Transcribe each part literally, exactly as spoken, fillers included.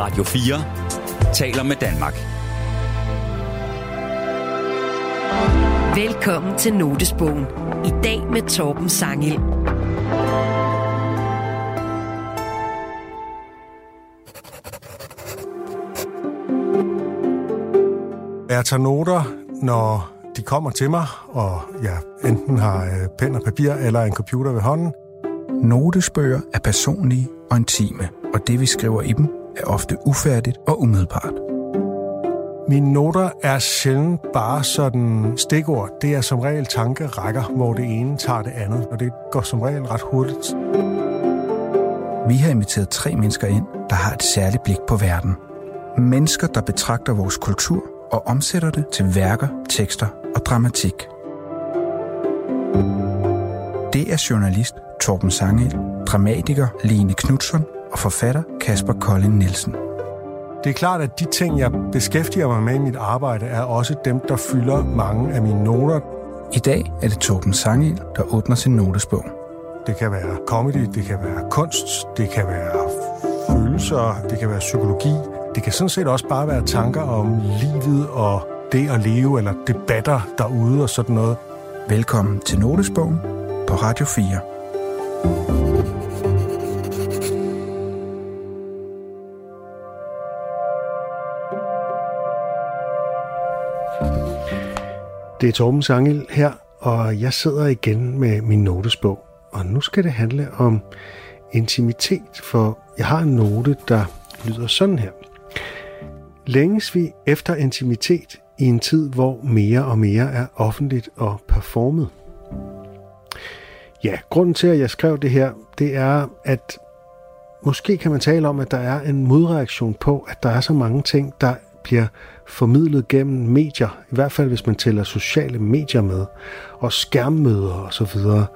Radio fire taler med Danmark. Velkommen til Notesbogen. I dag med Torben Sangil. Jeg tager noter, når de kommer til mig, og jeg enten har pen og papir eller en computer ved hånden. Notesbøger er personlige og intime, og det vi skriver i dem er ofte ufærdigt og umiddelbart. Mine noter er sjældent bare sådan stikord. Det er som regel tankerækker, hvor det ene tager det andet, og det går som regel ret hurtigt. Vi har inviteret tre mennesker ind, der har et særligt blik på verden. Mennesker, der betragter vores kultur og omsætter det til værker, tekster og dramatik. Det er journalist Torben Sangil, dramatiker Line Knutzon og forfatter Kasper Kolding Nielsen. Det er klart, at de ting, jeg beskæftiger mig med i mit arbejde, er også dem, der fylder mange af mine noter. I dag er det Torben Sangil, der åbner sin notesbog. Det kan være comedy, det kan være kunst, det kan være følelser, det kan være psykologi. Det kan sådan set også bare være tanker om livet og det at leve, eller debatter derude og sådan noget. Velkommen til Notesbogen på Radio fire. Det er Torben Sangil her, og jeg sidder igen med min notesbog. Og nu skal det handle om intimitet, for jeg har en note, der lyder sådan her. Længes vi efter intimitet i en tid, hvor mere og mere er offentligt og performet? Ja, grunden til, at jeg skrev det her, det er, at måske kan man tale om, at der er en modreaktion på, at der er så mange ting, der bliver formidlet gennem medier, i hvert fald hvis man tæller sociale medier med, og skærmmøder og så videre.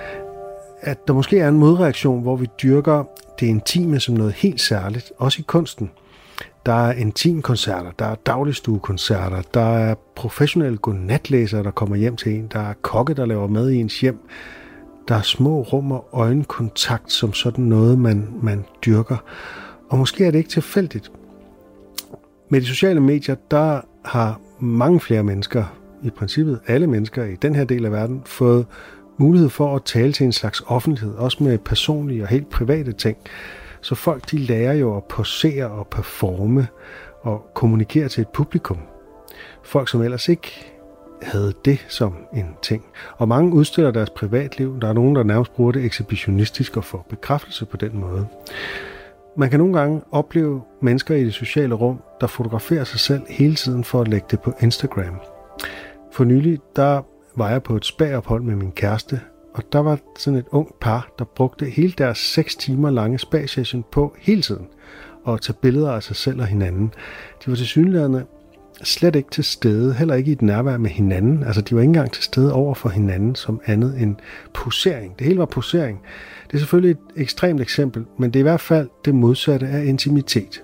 At der måske er en modreaktion, hvor vi dyrker det intime som noget helt særligt, også i kunsten. Der er intimkoncerter, der er dagligstuekoncerter, der er professionelle godnatlæsere, der kommer hjem til en, der er kokke, der laver mad i ens hjem, der er små rum og øjenkontakt som sådan noget, man, man dyrker. Og måske er det ikke tilfældigt. Med de sociale medier, der har mange flere mennesker, i princippet alle mennesker i den her del af verden, fået mulighed for at tale til en slags offentlighed, også med personlige og helt private ting. Så folk, de lærer jo at posere og performe og kommunikere til et publikum. Folk, som ellers ikke havde det som en ting. Og mange udstiller deres privatliv. Der er nogen, der nærmest bruger det ekshibitionistisk og får bekræftelse på den måde. Man kan nogle gange opleve mennesker i det sociale rum, der fotograferer sig selv hele tiden for at lægge det på Instagram. For nylig, der var jeg på et spa-ophold med min kæreste, og der var sådan et ung par, der brugte hele deres seks timer lange spa-session på hele tiden at tage billeder af sig selv og hinanden. De var tilsyneladende slet ikke til stede, heller ikke i et nærvær med hinanden. Altså, de var ikke engang til stede over for hinanden som andet end posering. Det hele var posering. Det er selvfølgelig et ekstremt eksempel, men det er i hvert fald det modsatte af intimitet.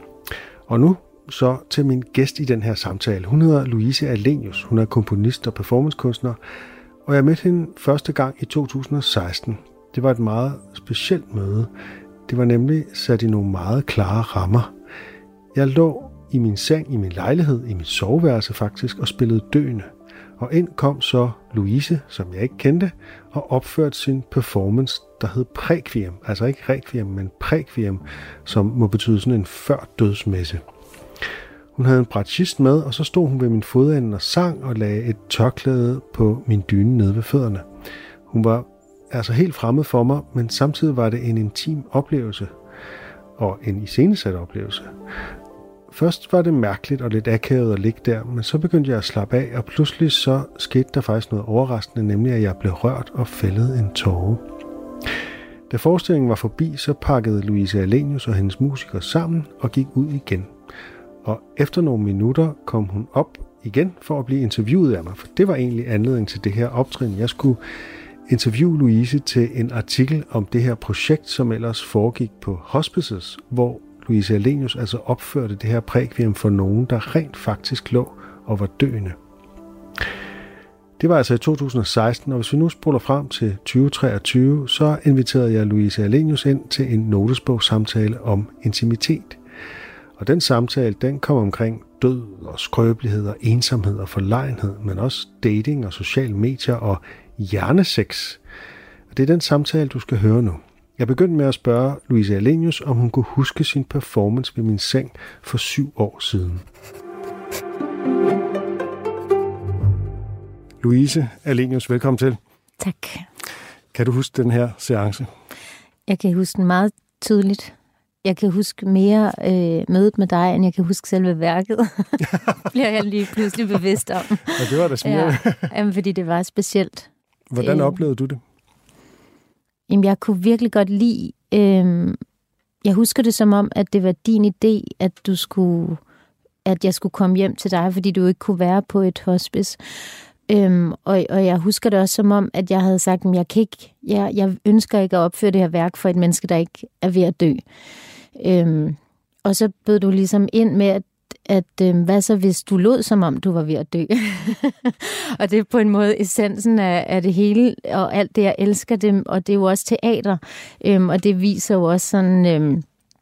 Og nu så til min gæst i den her samtale. Hun hedder Louise Alenius. Hun er komponist og performancekunstner, og jeg mødte hende første gang i to tusind og seksten. Det var et meget specielt møde. Det var nemlig sat i nogle meget klare rammer. Jeg lå i min seng, i min lejlighed, i mit soveværelse faktisk, og spillede døende. Og ind kom så Louise, som jeg ikke kendte, og opførte sin performance, der hed Præquiem. Altså ikke Requiem, men Præquiem, som må betyde sådan en før-dødsmesse. Hun havde en bratschist med, og så stod hun ved min fodende og sang og lagde et tørklæde på min dyne nede ved fødderne. Hun var altså helt fremmed for mig, men samtidig var det en intim oplevelse og en iscenesat oplevelse. Først var det mærkeligt og lidt akavet at ligge der, men så begyndte jeg at slappe af, og pludselig så skete der faktisk noget overraskende, nemlig at jeg blev rørt og fældede en tåre. Da forestillingen var forbi, så pakkede Louise Alenius og hendes musikere sammen og gik ud igen. Og efter nogle minutter kom hun op igen for at blive interviewet af mig, for det var egentlig anledning til det her optrin. Jeg skulle interviewe Louise til en artikel om det her projekt, som ellers foregik på hospices, hvor Louise Alenius altså opførte det her prækviem for nogen, der rent faktisk lå og var døende. Det var altså i to tusind og seksten, og hvis vi nu spoler frem til tyve treogtyve, så inviterede jeg Louise Alenius ind til en notesbogssamtale om intimitet. Og den samtale, den kommer omkring død og skrøbelighed og ensomhed og forlegenhed, men også dating og sociale medier og hjernesex. Og det er den samtale, du skal høre nu. Jeg begyndte med at spørge Louise Alenius, om hun kunne huske sin performance ved min seng for syv år siden. Louise Alenius, velkommen til. Tak. Kan du huske den her seance? Jeg kan huske den meget tydeligt. Jeg kan huske mere øh, mødet med dig, end jeg kan huske selve værket. Bliver jeg lige pludselig bevidst om. Og det var da smirrende. Ja, jamen, fordi det var specielt. Hvordan det, oplevede du det? Jamen, jeg kunne virkelig godt lide... Øh, jeg husker det som om, at det var din idé, at du skulle, at jeg skulle komme hjem til dig, fordi du ikke kunne være på et hospice. Øhm, og, og jeg husker det også som om, at jeg havde sagt, at jeg, kan ikke, jeg, jeg ønsker ikke at opføre det her værk for et menneske, der ikke er ved at dø. Øhm, og så bød du ligesom ind med, at, at øhm, hvad så hvis du lod, som om du var ved at dø? Og det er på en måde essensen af, af det hele, og alt det, jeg elsker dem, og det er jo også teater. Øhm, og det viser jo også sådan... Øhm,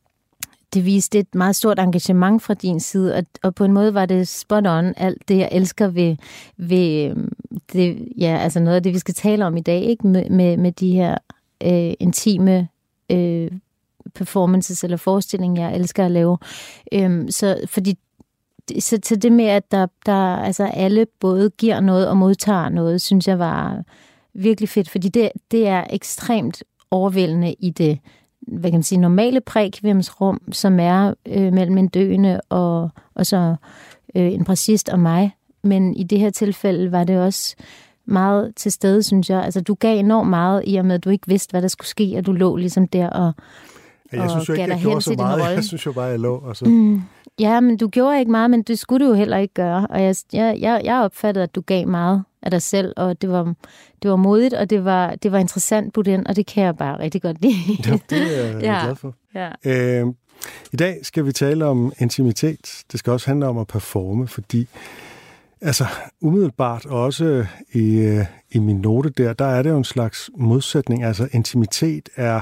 Det viste et meget stort engagement fra din side, og, og på en måde var det spot on, alt det, jeg elsker ved, ved det, ja, altså noget af det, vi skal tale om i dag, ikke? Med, med, med de her øh, intime øh, performances eller forestillinger, jeg elsker at lave. Øhm, så, fordi, så, så det med, at der, der altså alle både giver noget og modtager noget, synes jeg var virkelig fedt, fordi det, det er ekstremt overvældende i det, hvad kan man sige, normale prækvemsrum, som er øh, mellem en døende og, og så øh, en præcist og mig. Men i det her tilfælde var det også meget til stede, synes jeg. Altså, du gav enormt meget i og med, at du ikke vidste, hvad der skulle ske, og du lå ligesom der og, ja, jeg synes jo ikke, jeg gjorde så meget. Jeg synes jo bare, jeg lå. Og så... mm. Ja, men du gjorde ikke meget, men det skulle du jo heller ikke gøre. Og jeg, jeg, jeg, jeg opfattede, at du gav meget af dig selv, og det var, det var modigt, og det var, det var interessant på den, og det kan jeg bare rigtig godt lide. Ja, det er jeg ja. glad for. Ja. Øh, I dag skal vi tale om intimitet. Det skal også handle om at performe, fordi altså umiddelbart også i, i min note der, der er det jo en slags modsætning. Altså intimitet er,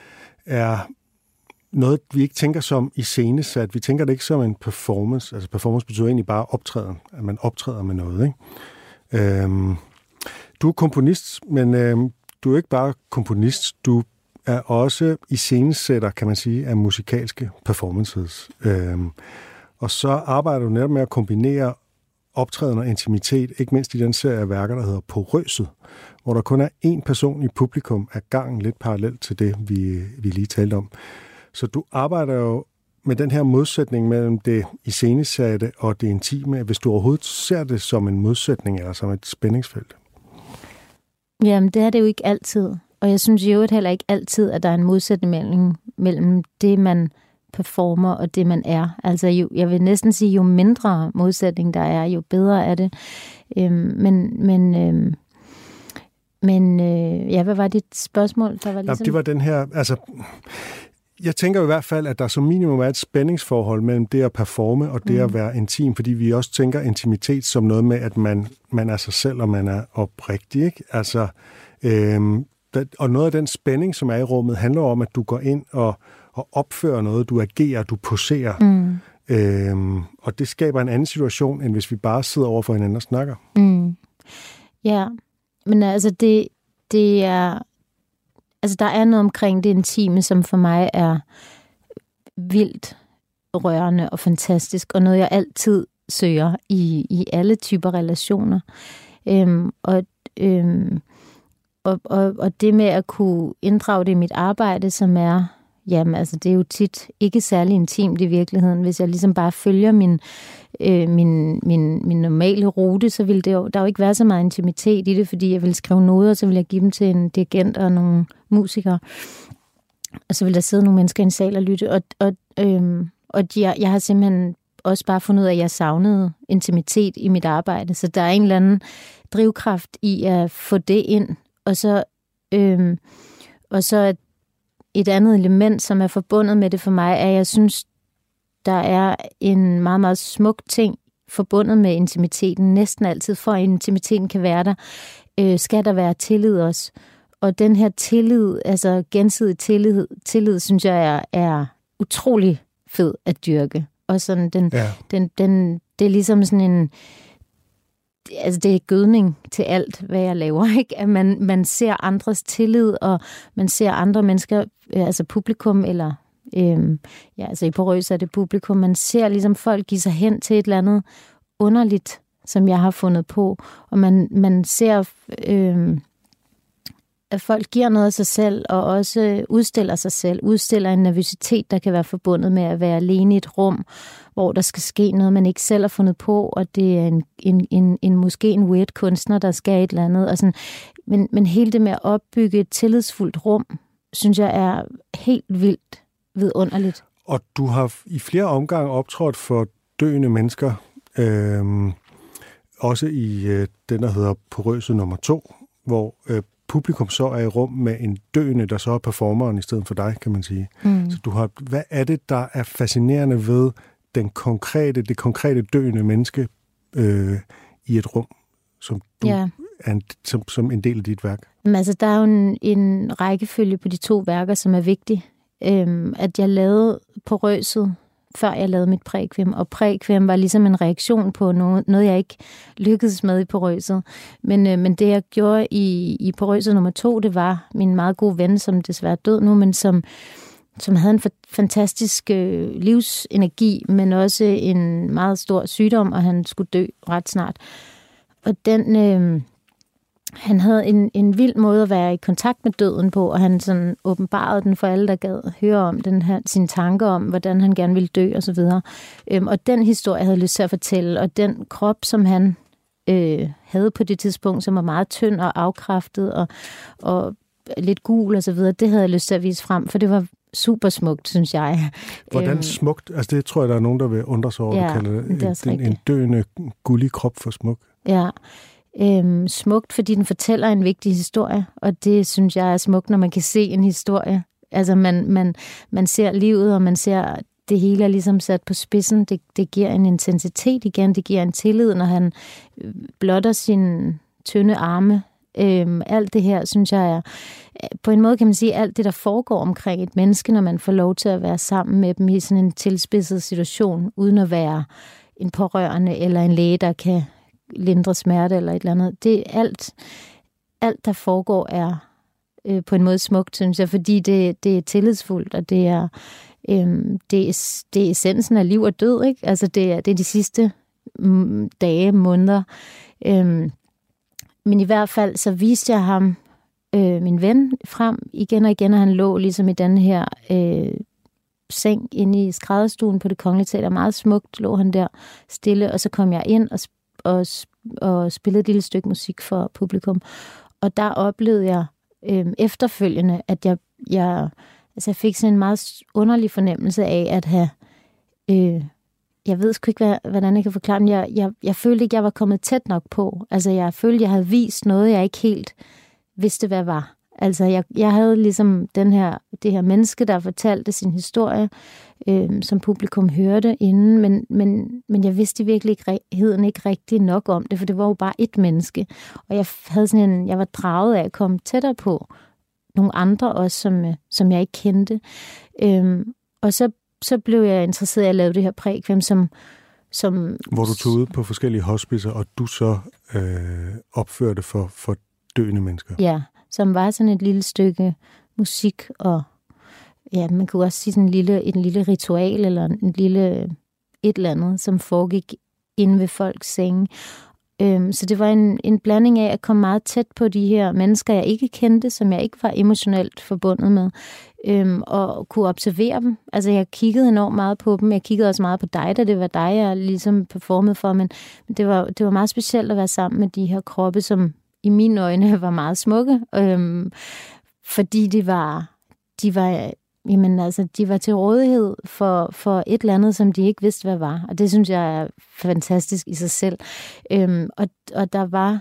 er noget, vi ikke tænker som iscenesat. Vi tænker det ikke som en performance. Altså performance betyder egentlig bare optræden, at man optræder med noget, ikke? Øhm, du er komponist, men øhm, du er ikke bare komponist, du er også iscenesætter, kan man sige, af musikalske performances. Øhm, og så arbejder du netop med at kombinere optræden og intimitet, ikke mindst i den serie af værker, der hedder Porøset, hvor der kun er én person i publikum af gangen, lidt parallelt til det, vi, vi lige talte om. Så du arbejder jo med den her modsætning mellem det iscenesatte og det intime, hvis du overhovedet ser det som en modsætning eller som et spændingsfelt. Jamen, det er det jo ikke altid. Og jeg synes jo heller ikke altid, at der er en modsætning mellem, mellem det, man performer og det, man er. Altså, jo, jeg vil næsten sige, jo mindre modsætning der er, jo bedre er det. Øhm, men men, øhm, men øh, ja, hvad var dit spørgsmål? Der var ligesom... Ja, det var den her... Altså, jeg tænker i hvert fald, at der som minimum er et spændingsforhold mellem det at performe og det mm. at være intim, fordi vi også tænker intimitet som noget med, at man, man er sig selv, og man er oprigtig, ikke? Altså, øhm, der, og noget af den spænding, som er i rummet, handler om, at du går ind og, og opfører noget, du agerer, du poserer. Mm. Øhm, og det skaber en anden situation, end hvis vi bare sidder over for hinanden og snakker. Mm. Ja, men altså det, det er... Altså, der er noget omkring det intime, som for mig er vildt rørende og fantastisk, og noget, jeg altid søger i, i alle typer relationer. Øhm, og, øhm, og, og, og det med at kunne inddrage det i mit arbejde, som er, jamen, altså, det er jo tit ikke særlig intimt i virkeligheden. Hvis jeg ligesom bare følger min, øh, min, min, min normale rute, så vil det jo, der jo ikke være så meget intimitet i det, fordi jeg vil skrive noder, så vil jeg give dem til en dirigent og nogle musikere. Og så vil der sidde nogle mennesker i en sal og lytte. Og, og, øhm, og jeg, jeg har simpelthen også bare fundet ud af, at jeg savnede intimitet i mit arbejde. Så der er en eller anden drivkraft i at få det ind. Og så, øhm, og så et andet element, som er forbundet med det for mig, er, at jeg synes, der er en meget, meget smuk ting forbundet med intimiteten. Næsten altid, for at intimiteten kan være der, øh, skal der være tillid også. Og den her tillid, altså gensidig tillid, tillid synes jeg er, er utrolig fed at dyrke. og sådan den, ja. den, den, det er ligesom sådan en, altså det er gødning til alt, hvad jeg laver, ikke? At man, man ser andres tillid, og man ser andre mennesker, altså publikum, eller øhm, ja, altså i Porøs er det publikum, man ser ligesom folk give sig hen til et eller andet underligt, som jeg har fundet på, og man, man ser, øhm, at folk giver noget af sig selv, og også udstiller sig selv, udstiller en nervøsitet, der kan være forbundet med at være alene i et rum, hvor der skal ske noget, man ikke selv har fundet på, og det er en, en, en, en måske en weird kunstner, der skal et eller andet. Og sådan. Men, men hele det med at opbygge et tillidsfuldt rum, synes jeg er helt vildt vidunderligt. Og du har i flere omgange optrådt for døende mennesker, øh, også i øh, den, der hedder Porøse nummer to, hvor øh, publikum så er i rum med en døende, der så er performeren i stedet for dig, kan man sige. Mm. Så du har, hvad er det, der er fascinerende ved den konkrete, det konkrete døende menneske øh, i et rum, som du ja. er en, som, som en del af dit værk? Men altså, der er jo en, en rækkefølge på de to værker, som er vigtig. Øhm, at jeg lavede Porøset, før jeg lavede mit prækvem, og prækvem var ligesom en reaktion på noget, noget jeg ikke lykkedes med i Porøset. Men, øh, men det, jeg gjorde i, i Porøset nummer to, det var min meget gode ven, som desværre er død nu, men som, som havde en fantastisk øh, livsenergi, men også en meget stor sygdom, og han skulle dø ret snart. Og den... Øh, Han havde en, en vild måde at være i kontakt med døden på, og han sådan åbenbarede den for alle, der gad høre om den her, sine tanker om, hvordan han gerne ville dø og så videre. Øhm, og den historie jeg havde lyst til at fortælle, og den krop, som han øh, havde på det tidspunkt, som var meget tynd og afkræftet og, og lidt gul og så videre, det havde jeg lyst til at vise frem, for det var super smukt, synes jeg. Hvordan øhm, smukt? Altså det tror jeg, der er nogen, der vil undre sig over, ja, at kalde det, det en, en døende, gullig krop for smuk. Ja, Øhm, smukt, fordi den fortæller en vigtig historie, og det synes jeg er smukt, når man kan se en historie. Altså man, man, man ser livet, og man ser det hele er ligesom sat på spidsen. Det, det giver en intensitet igen, det giver en tillid, når han blotter sine tynde arme. Øhm, alt det her, synes jeg er, på en måde kan man sige, alt det, der foregår omkring et menneske, når man får lov til at være sammen med dem i sådan en tilspidset situation, uden at være en pårørende eller en læge, der kan lindre smerte eller et eller andet. Det er alt, alt der foregår, er øh, på en måde smukt, synes jeg, fordi det, det er tillidsfuldt, og det er, øh, det, er, det er essensen af liv og død, ikke? Altså det er, det er de sidste mm, dage, måneder. Øh, men i hvert fald, så viste jeg ham, øh, min ven, frem igen og igen, og han lå ligesom i den her øh, seng inde i skrædderstuen på Det Kongelige Teater. Meget smukt lå han der stille, og så kom jeg ind og Og, og spillede et lille stykke musik for publikum. Og der oplevede jeg øh, efterfølgende, at jeg, jeg, altså jeg fik sådan en meget underlig fornemmelse af at have... Øh, jeg ved sgu ikke, hvordan jeg kan forklare det. Jeg, jeg, jeg følte ikke, jeg var kommet tæt nok på. Altså jeg følte, jeg havde vist noget, jeg ikke helt vidste, hvad var. Altså jeg, jeg havde ligesom den her, det her menneske, der fortalte sin historie, øh, som publikum hørte inden, men, men, men jeg vidste i virkeligheden ikke rigtig nok om det, for det var jo bare et menneske. Og jeg havde sådan en, jeg var draget af at komme tættere på nogle andre også, som, som jeg ikke kendte. Øh, og så, så blev jeg interesseret i at lave det her prækvem, som, som... Hvor du tog ud på forskellige hospicer, og du så øh, opførte for, for døende mennesker. Ja, som var sådan et lille stykke musik, og ja, man kunne også sige sådan en lille, en lille ritual, eller en lille et eller andet, som foregik inde ved folks senge. Øhm, så det var en, en blanding af at komme meget tæt på de her mennesker, jeg ikke kendte, som jeg ikke var emotionelt forbundet med, øhm, og kunne observere dem. Altså jeg kiggede enormt meget på dem. Jeg kiggede også meget på dig, da det var dig, jeg ligesom performede for, men det var, det var meget specielt at være sammen med de her kroppe, som i mine øjne var meget smukke, øhm, fordi de var, de var, jamen altså, de var til rådighed for, for et eller andet, som de ikke vidste, hvad var. Og det synes jeg er fantastisk i sig selv. Øhm, og, og der var,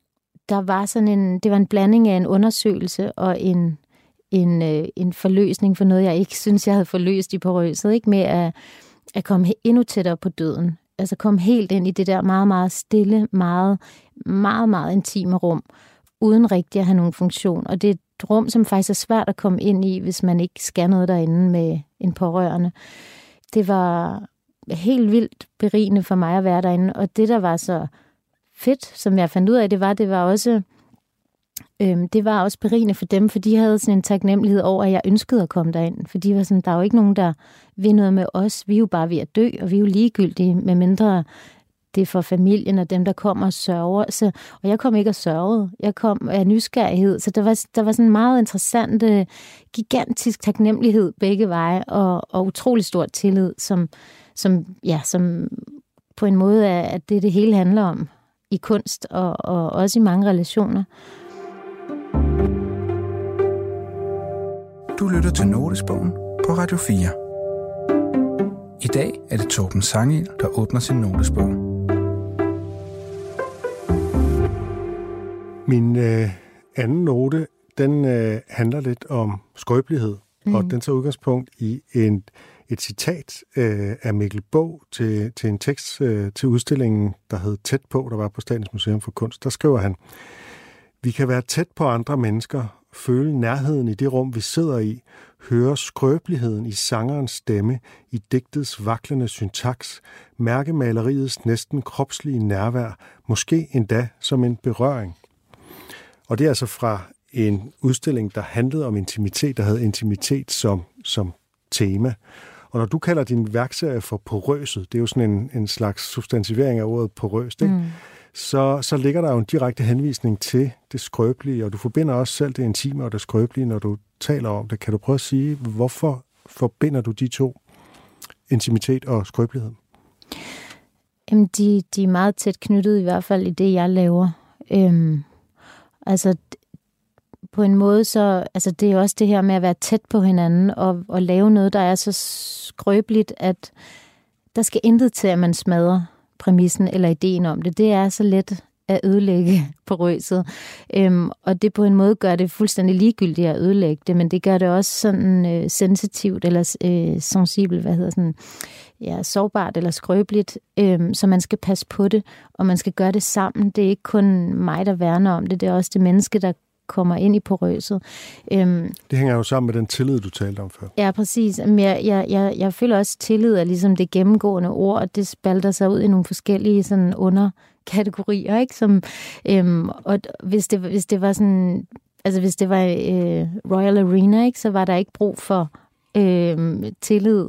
der var sådan en, det var en blanding af en undersøgelse og en, en, øh, en forløsning for noget, jeg ikke synes, jeg havde forløst i Porøset, ikke med at, at komme endnu tættere på døden. Altså komme helt ind i det der meget, meget stille, meget, meget, meget intime rum, uden rigtig at have nogen funktion. Og det er et rum, som faktisk er svært at komme ind i, hvis man ikke skal noget derinde med en pårørende. Det var, helt vildt berigende for mig at være derinde. Og det, der var så fedt, som jeg fandt ud af, det var, det var også, øhm, det var også berigende for dem, for de havde sådan en taknemmelighed over, at jeg ønskede at komme derind. For de var sådan, der er jo ikke nogen, der vil noget med os. Vi er jo bare ved at dø, og vi er jo ligegyldige, med mindre det er for familien og dem, der kommer og sørger. Så, og jeg kom ikke og sørgede. Jeg kom af nysgerrighed. Så der var, der var sådan en meget interessant, gigantisk taknemmelighed begge veje, og, og utrolig stor tillid, som, som, ja, som på en måde er, at det det hele handler om i kunst, og, og også i mange relationer. Du lytter til Notesbogen på Radio fire. I dag er det Torben Sangil, der åbner sin notesbog. Min øh, anden note, den øh, handler lidt om skrøbelighed, mm. og den tager udgangspunkt i en, et citat øh, af Mikkel Bog til, til en tekst øh, til udstillingen, der hed Tæt på, der var på Statens Museum for Kunst. Der skriver han: Vi kan være tæt på andre mennesker, føle nærheden i det rum, vi sidder i, høre skrøbeligheden i sangerens stemme, i digtets vaklende syntaks, mærke maleriets næsten kropslige nærvær, måske endda som en berøring. Og det er altså fra en udstilling, der handlede om intimitet, der havde intimitet som, som tema. Og når du kalder din værkserie for porøset, det er jo sådan en, en slags substantivering af ordet porøst, ikke? Mm. Så, så ligger der jo en direkte henvisning til det skrøbelige, og du forbinder også selv det intime og det skrøbelige, når du taler om det. Kan du prøve at sige, hvorfor forbinder du de to, intimitet og skrøbelighed? Jamen, de, de er meget tæt knyttet, i hvert fald i det, jeg laver. Øhm, altså, på en måde, så altså, det er også det her med at være tæt på hinanden, og, og lave noget, der er så skrøbeligt, at der skal intet til, at man smadrer præmissen eller ideen om det. Det er så let at ødelægge porøset. Øhm, og det på en måde gør det fuldstændig ligegyldigt at ødelægge det, men det gør det også sådan øh, sensitivt eller øh, sensibelt, hvad hedder sådan, ja, sårbart eller skrøbeligt, øhm, så man skal passe på det, og man skal gøre det sammen. Det er ikke kun mig, der værner om det, det er også det menneske, der kommer ind i porøset. Øhm, det hænger jo sammen med den tillid, du talte om før. Ja, præcis. Jeg, jeg, jeg, jeg føler også, tillid er ligesom det gennemgående ord, og det spalter sig ud i nogle forskellige sådan underkategorier, ikke? Som, øhm, og hvis det, hvis det var sådan, altså hvis det var øh, Royal Arena, ikke, så var der ikke brug for øh, tillid.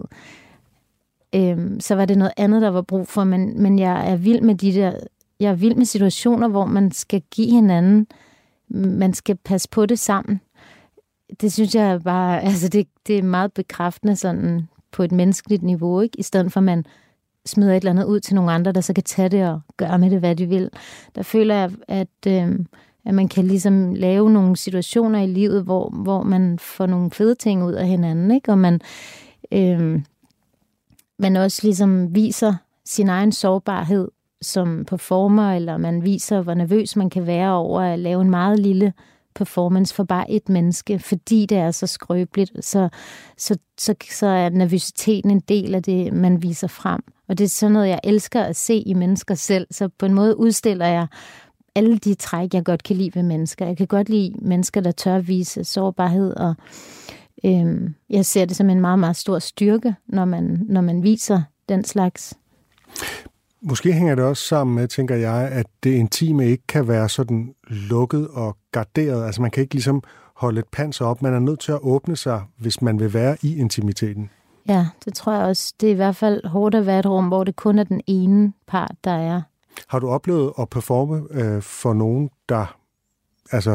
Øhm, så var det noget andet, der var brug for, men, men jeg er vild med de der, jeg er vild med situationer, hvor man skal give hinanden, man skal passe på det sammen. Det synes jeg bare, altså det, det er meget bekræftende sådan på et menneskeligt niveau, ikke? I stedet for, at man smider et eller andet ud til nogle andre, der så kan tage det og gøre med det, hvad de vil. Der føler jeg, at, øh, at man kan ligesom lave nogle situationer i livet, hvor, hvor man får nogle fede ting ud af hinanden, ikke? Og man, øh, man også ligesom viser sin egen sårbarhed som performer, eller man viser, hvor nervøs man kan være over at lave en meget lille performance for bare et menneske, fordi det er så skrøbeligt, så, så, så, så er nervøsiteten en del af det, man viser frem. Og det er sådan noget, jeg elsker at se i mennesker selv, så på en måde udstiller jeg alle de træk, jeg godt kan lide ved mennesker. Jeg kan godt lide mennesker, der tør vise sårbarhed, og øhm, jeg ser det som en meget, meget stor styrke, når man, når man viser den slags. Måske hænger det også sammen med, tænker jeg, at det intime ikke kan være sådan lukket og garderet. Altså man kan ikke ligesom holde et panser op. Man er nødt til at åbne sig, hvis man vil være i intimiteten. Ja, det tror jeg også. Det er i hvert fald hårdt at være et rum, hvor det kun er den ene part, der er. Har du oplevet at performe øh, for nogen, der altså,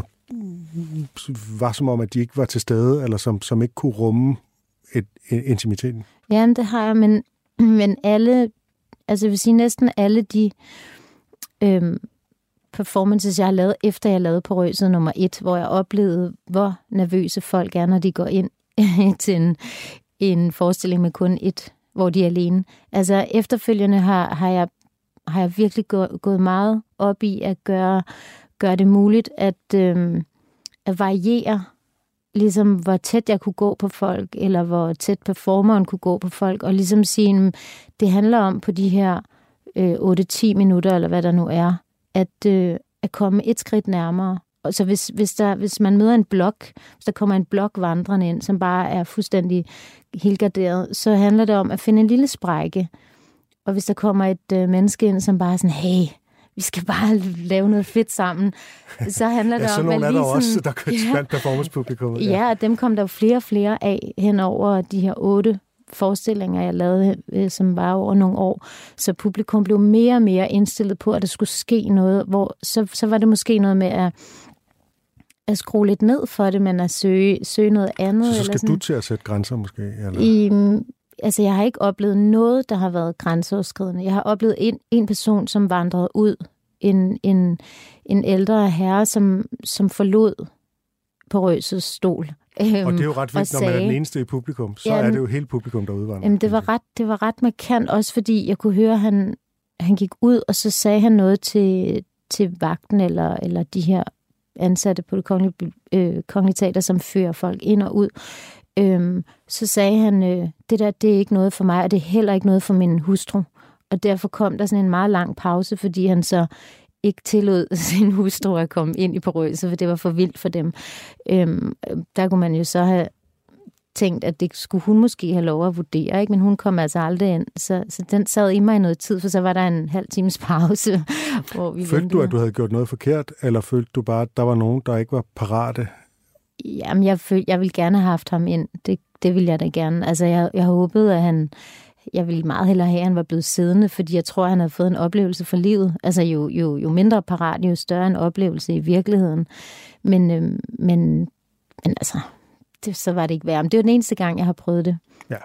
var som om, at de ikke var til stede, eller som, som ikke kunne rumme et, et, intimiteten? Jamen, det har jeg, men, men alle... Altså jeg vil sige, næsten alle de øhm, performances, jeg har lavet, efter jeg lavede Porøset nummer et, hvor jeg oplevede, hvor nervøse folk er, når de går ind til en, en forestilling med kun et, hvor de er alene. Altså efterfølgende har, har, jeg, har jeg virkelig gå, gået meget op i at gøre, gøre det muligt at, øhm, at variere, ligesom hvor tæt jeg kunne gå på folk, eller hvor tæt performeren kunne gå på folk, og ligesom sige, det handler om på de her øh, otte til ti minutter, eller hvad der nu er, at, øh, at komme et skridt nærmere. Og så hvis, hvis, der, hvis man møder en blok, hvis der kommer en blok vandrende ind, som bare er fuldstændig helgarderet, så handler det om at finde en lille sprække, og hvis der kommer et øh, menneske ind, som bare er sådan, hey, vi skal bare lave noget fedt sammen, så handler det ja, om... Ja, så nogle er der sådan, også, der kører ja, blandt performancepublikummet. Ja. ja, og dem kom der flere og flere af hen over de her otte forestillinger, jeg lavede, øh, som var over nogle år. Så publikum blev mere og mere indstillet på, at der skulle ske noget, hvor så, så var det måske noget med at, at skrue lidt ned for det, men at søge, søge noget andet. Så, så skal eller sådan. du til at sætte grænser måske? Eller? I, altså, jeg har ikke oplevet noget, der har været grænseoverskridende. Jeg har oplevet en, en person, som vandrede ud. En, en, en ældre herre, som, som forlod på Røses stol. Og det er jo ret vigtigt, når man er den eneste i publikum, så jamen, er det jo hele publikum, der udvandrer. Jamen, det var ret, det var ret markant, også fordi jeg kunne høre, at han, han gik ud, og så sagde han noget til, til vagten, eller, eller de her ansatte på det kongelige, øh, kongelige teater, som fører folk ind og ud. Øhm, så sagde han, øh, det der, det er ikke noget for mig, og det er heller ikke noget for min hustru. Og derfor kom der sådan en meget lang pause, fordi han så ikke tillod sin hustru at komme ind i Porøse, for det var for vildt for dem. Øhm, der kunne man jo så have tænkt, at det skulle hun måske have lov at vurdere, ikke? Men hun kom altså aldrig ind. Så, så den sad i mig i noget tid, for så var der en halv times pause. Hvor vi følte ventede. du, at du havde gjort noget forkert, eller følte du bare, at der var nogen, der ikke var parate? Jamen, jeg, følte, jeg ville gerne have haft ham ind. Det, det ville jeg da gerne. Altså, jeg, jeg håbede, at han... Jeg ville meget hellere have, at han var blevet siddende, fordi jeg tror, at han havde fået en oplevelse for livet. Altså jo, jo, jo mindre parat, jo større en oplevelse i virkeligheden. Men, øh, men, men altså, det, så var det ikke værd. Men det var den eneste gang, jeg har prøvet det. Ja.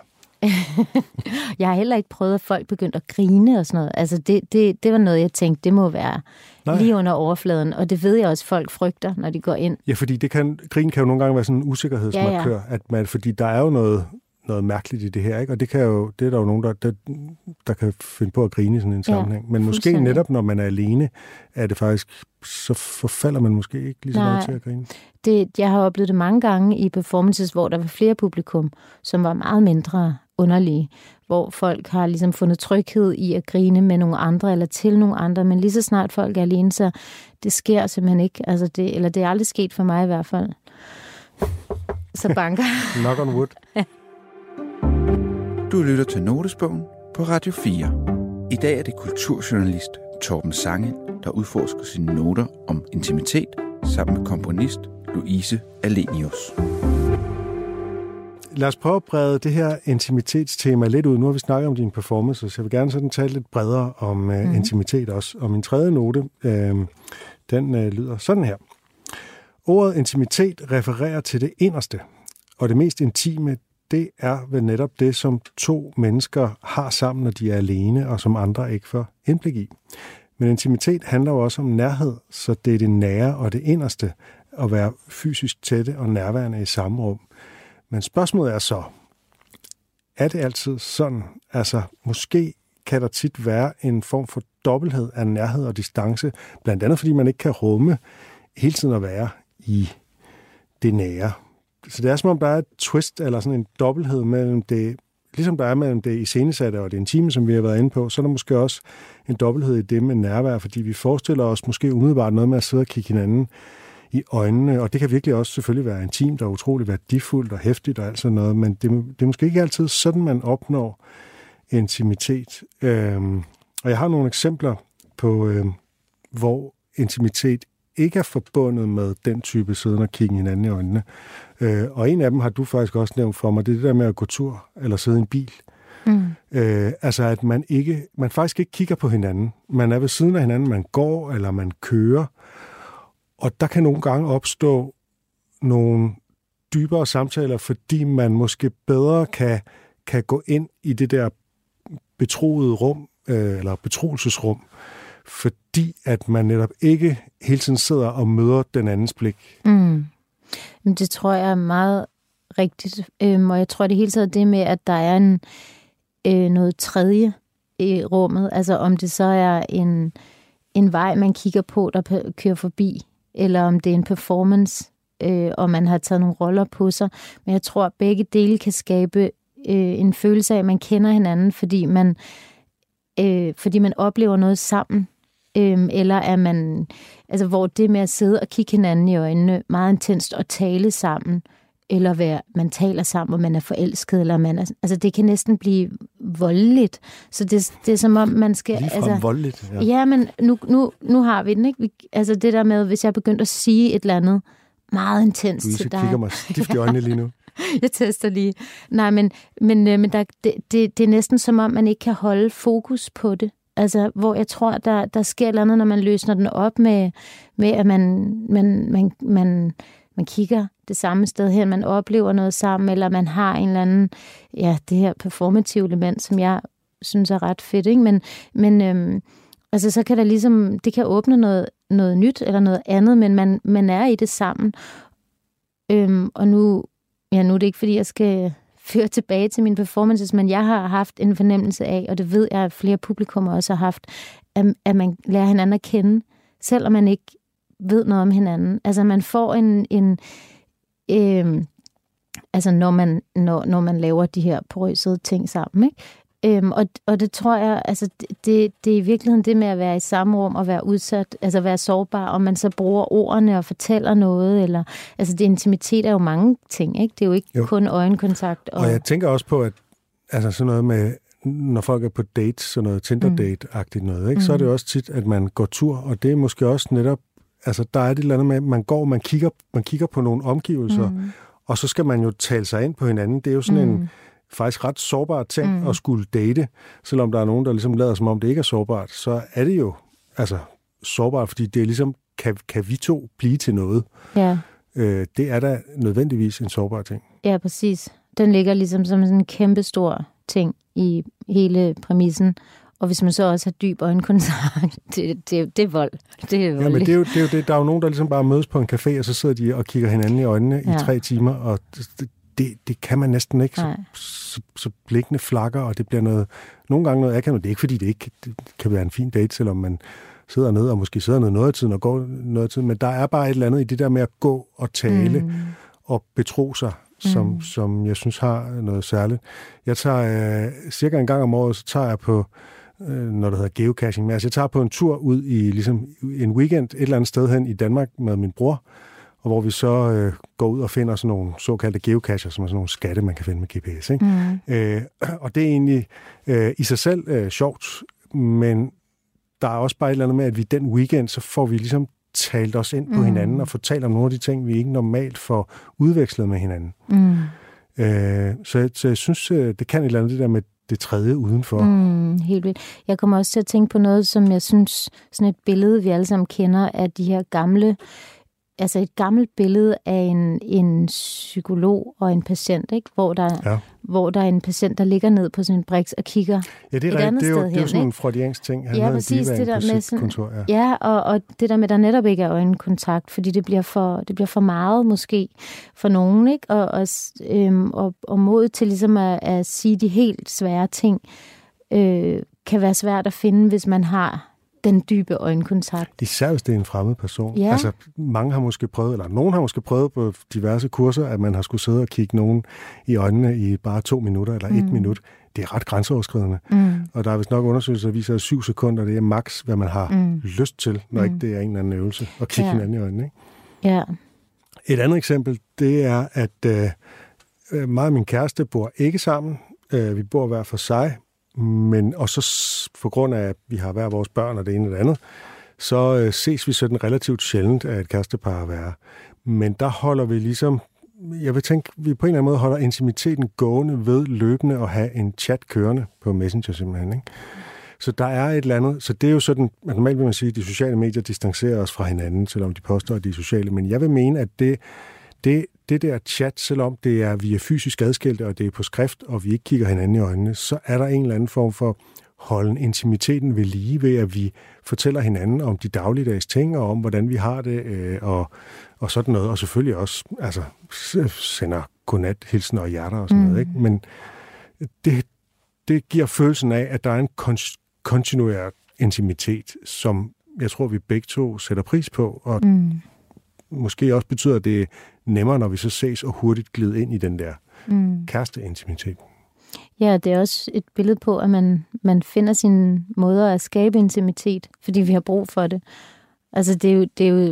Jeg har heller ikke prøvet, at folk begyndte at grine og sådan noget. Altså det, det, det var noget, jeg tænkte, det må være Nej. lige under overfladen. Og det ved jeg også, folk frygter, når de går ind. Ja, fordi det kan, grin kan jo nogle gange være sådan en usikkerhedsmarkør, ja, ja. At man, fordi der er jo noget... noget mærkeligt i det her, ikke? Og det kan jo, det er der jo nogen, der, der, der kan finde på at grine i sådan en sammenhæng. Ja, men måske netop, når man er alene, er det faktisk, så forfalder man måske ikke lige så meget til at grine. Det, jeg har oplevet det mange gange i performances, hvor der var flere publikum, som var meget mindre underlige, hvor folk har ligesom fundet tryghed i at grine med nogle andre, eller til nogle andre, men lige så snart folk er alene, så det sker simpelthen ikke. Altså det, eller det er aldrig sket for mig i hvert fald. Så banker. Knock on wood. Ja. Du lytter til Notesbogen på Radio fire. I dag er det kulturjournalist Torben Sange, der udforsker sine noter om intimitet sammen med komponist Louise Alenius. Lad os prøve at brede det her intimitetstema lidt ud. Nu har vi snakket om dine performances, så jeg vil gerne sådan tale lidt bredere om mm. uh, intimitet også. Og min tredje note, øh, den øh, lyder sådan her. Ordet intimitet refererer til det inderste, og det mest intime, det er vel netop det, som to mennesker har sammen, når de er alene, og som andre ikke får indblik i. Men intimitet handler jo også om nærhed, så det er det nære og det inderste, at være fysisk tætte og nærværende i samme rum. Men spørgsmålet er så, er det altid sådan? Altså, måske kan der tit være en form for dobbelthed af nærhed og distance, blandt andet fordi man ikke kan rumme hele tiden at være i det nære. Så det er som om, der er et twist eller sådan en dobbelthed mellem det, ligesom der er mellem det iscenesatte og det intime, som vi har været inde på, så er der måske også en dobbelthed i det med nærvær, fordi vi forestiller os måske umiddelbart noget med at sidde og kigge hinanden i øjnene, og det kan virkelig også selvfølgelig være intimt og utroligt værdifuldt og hæftigt og alt sådan noget, men det, det er måske ikke altid sådan, man opnår intimitet. Øhm, og jeg har nogle eksempler på, øhm, hvor intimitet ikke er forbundet med den type sidden og kigge hinanden i øjnene. Øh, og en af dem har du faktisk også nævnt for mig, det er det der med at gå tur eller sidde i en bil. Mm. Øh, altså at man ikke, man faktisk ikke kigger på hinanden. Man er ved siden af hinanden, man går eller man kører. Og der kan nogle gange opstå nogle dybere samtaler, fordi man måske bedre kan, kan gå ind i det der betroede rum, øh, eller betroelsesrum, fordi at man netop ikke hele tiden sidder og møder den andens blik. Mm. Det tror jeg er meget rigtigt. Øhm, og jeg tror det hele taget det med, at der er en, øh, noget tredje i rummet. Altså om det så er en, en vej, man kigger på, der kører forbi, eller om det er en performance, øh, og man har taget nogle roller på sig. Men jeg tror, at begge dele kan skabe øh, en følelse af, at man kender hinanden, fordi man, øh, fordi man oplever noget sammen. Øhm, eller er man, altså hvor det med at sidde og kigge hinanden i øjnene meget intenst og tale sammen, eller være, man taler sammen, og man er forelsket, eller man er, altså det kan næsten blive voldeligt. Så det, det er som om, man skal... Ligefrem altså, voldeligt, ja. Ja, men nu, nu, nu har vi den, ikke? Vi, altså det der med, hvis jeg begyndte at sige et eller andet meget intens Louise til dig... Du kigger mig stift i øjnene lige nu. Jeg tester lige. Nej, men, men, men der, det, det, det er næsten som om, man ikke kan holde fokus på det. Altså, hvor jeg tror, der, der sker et eller andet, når man løsner den op med, med at man, man, man, man, man kigger det samme sted hen, man oplever noget sammen, eller man har en eller anden, ja, det her performative element, som jeg synes er ret fedt, ikke? Men, men øhm, altså, så kan der ligesom, det kan åbne noget, noget nyt, eller noget andet, men man, man er i det sammen. Øhm, og nu, ja, nu er det ikke, fordi jeg skal føre tilbage til mine performances, men jeg har haft en fornemmelse af, og det ved jeg, at flere publikummer også har haft, at, at man lærer hinanden at kende, selvom man ikke ved noget om hinanden. Altså, man får en... en øh, altså, når man, når, når man laver de her porøsede ting sammen, ikke? Øhm, og, og det tror jeg, altså, det, det er i virkeligheden det med at være i samme rum og være udsat, altså være sårbar, og man så bruger ordene og fortæller noget, eller, altså det intimitet er jo mange ting, ikke? Det er jo ikke jo. kun øjenkontakt. Og... og jeg tænker også på, at altså sådan noget med, når folk er på dates, sådan noget Tinder-date-agtigt noget, ikke? Mm. Så er det også tit, at man går tur, og det er måske også netop, altså der er det eller andet med, at man går, man kigger, man kigger på nogle omgivelser, mm. og så skal man jo tale sig ind på hinanden. Det er jo sådan mm. en faktisk ret sårbar ting mm. at skulle date, selvom der er nogen, der ligesom lader som om det ikke er sårbart, så er det jo altså sårbart, fordi det er ligesom, kan, kan vi to blive til noget? Ja. Øh, det er da nødvendigvis en sårbar ting. Ja, præcis. Den ligger ligesom som sådan en kæmpe stor ting i hele præmissen. Og hvis man så også har dyb øjenkontakt, det, det, det er vold. Det er ja, men det er, jo, det er jo det. Der er jo nogen, der ligesom bare mødes på en café, og så sidder de og kigger hinanden i øjnene ja. i tre timer, og det, det, det kan man næsten ikke. Så, så, så blikkene flakker, og det bliver noget, nogle gange noget akavet. Det er ikke, fordi det ikke det kan være en fin date, selvom man sidder ned og måske sidder ned noget af tiden og går noget af tiden. Men der er bare et eller andet i det der med at gå og tale mm. og betro sig, som, mm. som jeg synes har noget særligt. Jeg tager øh, cirka en gang om året, så tager jeg på når det hedder geocaching. Men altså, jeg tager på en tur ud i ligesom en weekend et eller andet sted hen i Danmark med min bror, og hvor vi så øh, går ud og finder sådan nogle såkaldte geocacher, som er sådan nogle skatte, man kan finde med G P S. Ikke? Mm. Øh, og det er egentlig øh, i sig selv øh, sjovt, men der er også bare et eller andet med, at vi den weekend, så får vi ligesom talt os ind på mm. hinanden og fortalt om nogle af de ting, vi ikke normalt får udvekslet med hinanden. Mm. Øh, så, så jeg synes, det kan et eller andet det der med det tredje udenfor. Mm, helt vildt. Jeg kommer også til at tænke på noget, som jeg synes, sådan et billede, vi alle sammen kender, af de her gamle, altså et gammelt billede af en, en psykolog og en patient, ikke? Hvor, der, ja. hvor der er en patient, der ligger ned på sin briks og kigger ja, det er et andet det er jo, sted det hen. Det er jo sådan en freudiansk ting. Han ja, præcis. Det der med sådan, kontor, ja, ja og, og det der med, der netop ikke er øjenkontakt, fordi det bliver for, det bliver for meget måske for nogen, ikke? Og, og, øhm, og, og mod til ligesom at, at sige de helt svære ting, øh, kan være svært at finde, hvis man har den dybe øjenkontakt. Især hvis det er en fremmed person. Ja. Altså, mange har måske prøvet, eller nogen har måske prøvet på diverse kurser, at man har skulle sidde og kigge nogen i øjnene i bare to minutter eller mm. et minut. Det er ret grænseoverskridende. Mm. Og der er vist nok undersøgelser, der viser, at syv sekunder, det er maks, hvad man har mm. lyst til, når mm. ikke det er en eller anden øvelse, at kigge ja. hinanden i øjnene. Ikke? Ja. Et andet eksempel, det er, at øh, mig og min kæreste bor ikke sammen. Øh, vi bor hver for sig. Men, og så på grund af, at vi har hver vores børn og det ene og det andet, så øh, ses vi sådan relativt sjældent af et kærestepar at være. Men der holder vi ligesom, jeg vil tænke, vi på en eller anden måde holder intimiteten gående ved løbende at have en chat kørende på Messenger simpelthen, ikke? Så der er et eller andet, så det er jo sådan, at normalt vil man sige, at de sociale medier distancerer os fra hinanden, selvom de påstår, at de er sociale. Men jeg vil mene, at det, det, det der chat, selvom det er, vi er fysisk adskilte, og det er på skrift, og vi ikke kigger hinanden i øjnene, så er der en eller anden form for holden intimiteten ved lige, ved at vi fortæller hinanden om de dagligdags ting, og om hvordan vi har det, øh, og, og sådan noget. Og selvfølgelig også altså, sender godnat-hilsen og hjerter og sådan mm. noget. Ikke? Men det, det giver følelsen af, at der er en kon- kontinuer intimitet, som jeg tror, vi begge to sætter pris på, og mm. måske også betyder, at det er nemmere, når vi så ses og hurtigt glider ind i den der mm. kæresteintimitet. Ja, det er også et billede på, at man, man finder sine måder at skabe intimitet, fordi vi har brug for det. Altså, det er jo det, er jo,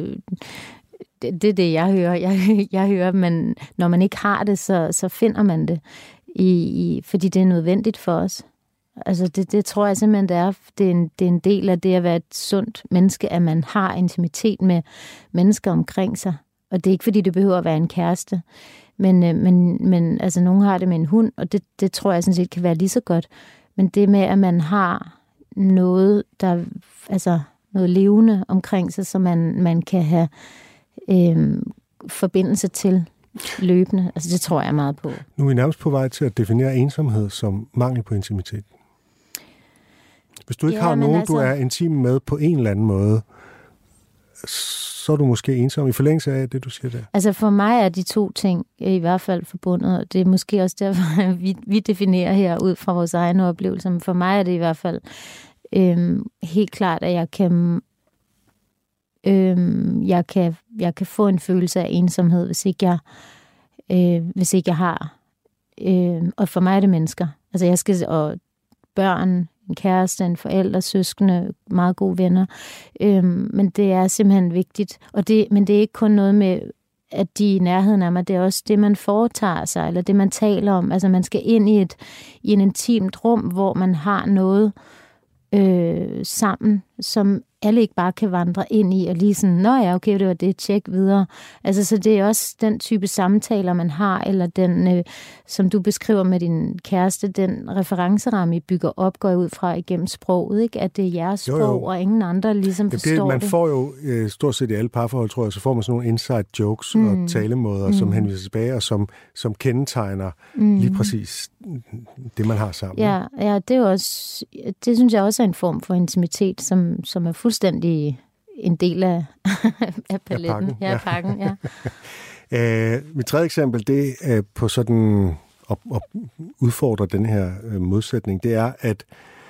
det, det, er det jeg hører. Jeg, jeg hører, men når man ikke har det, så, så finder man det, i, i, fordi det er nødvendigt for os. Altså det, det tror jeg simpelthen, det er. Det er, en, det er en del af det at være et sundt menneske, at man har intimitet med mennesker omkring sig. Og det er ikke, fordi det behøver at være en kæreste. Men, men, men altså, nogen har det med en hund, og det, det tror jeg sådan set kan være lige så godt. Men det med, at man har noget, der, altså noget levende omkring sig, så man, man kan have øh, forbindelse til løbende. Altså det tror jeg meget på. Nu er vi nærmest på vej til at definere ensomhed som mangel på intimitet. Hvis du ikke ja, har nogen, altså, du er intim med på en eller anden måde, så er du måske ensom i forlængelse af det, du siger der. Altså for mig er de to ting i hvert fald forbundet, og det er måske også derfor, vi, vi definerer her ud fra vores egne oplevelser. Men for mig er det i hvert fald øhm, helt klart, at jeg kan, øhm, jeg kan, jeg kan få en følelse af ensomhed, hvis ikke jeg, øh, hvis ikke jeg har. Øh, og for mig er det mennesker. Altså jeg skal, og børn, en kæreste, en forælder, søskende, meget gode venner. Øhm, men det er simpelthen vigtigt. Og det, men det er ikke kun noget med, at de er i nærheden af mig. Det er også det, man foretager sig, eller det, man taler om. Altså man skal ind i et i en intimt rum, hvor man har noget øh, sammen, som alle ikke bare kan vandre ind i, og lige sådan, nå ja, okay, det var det, tjek videre. Altså, så det er også den type samtaler, man har, eller den, øh, som du beskriver med din kæreste, den referenceramme, I bygger op, går ud fra igennem sproget, ikke? At det er jeres sprog, jo, jo. Og ingen andre ligesom ja, forstår det. Man får jo øh, stort set i alle parforhold, tror jeg, så får man sådan nogle inside jokes mm. og talemåder, mm. som henviser tilbage, og som, som kendetegner mm. lige præcis det, man har sammen. Ja, ja, det er jo også, det synes jeg også er en form for intimitet, som, som er fuldstændig en del af, af paletten. Ja, ja, pakken. Ja. øh, mit tredje eksempel, det er på sådan at, at udfordre den her øh, modsætning, det er, at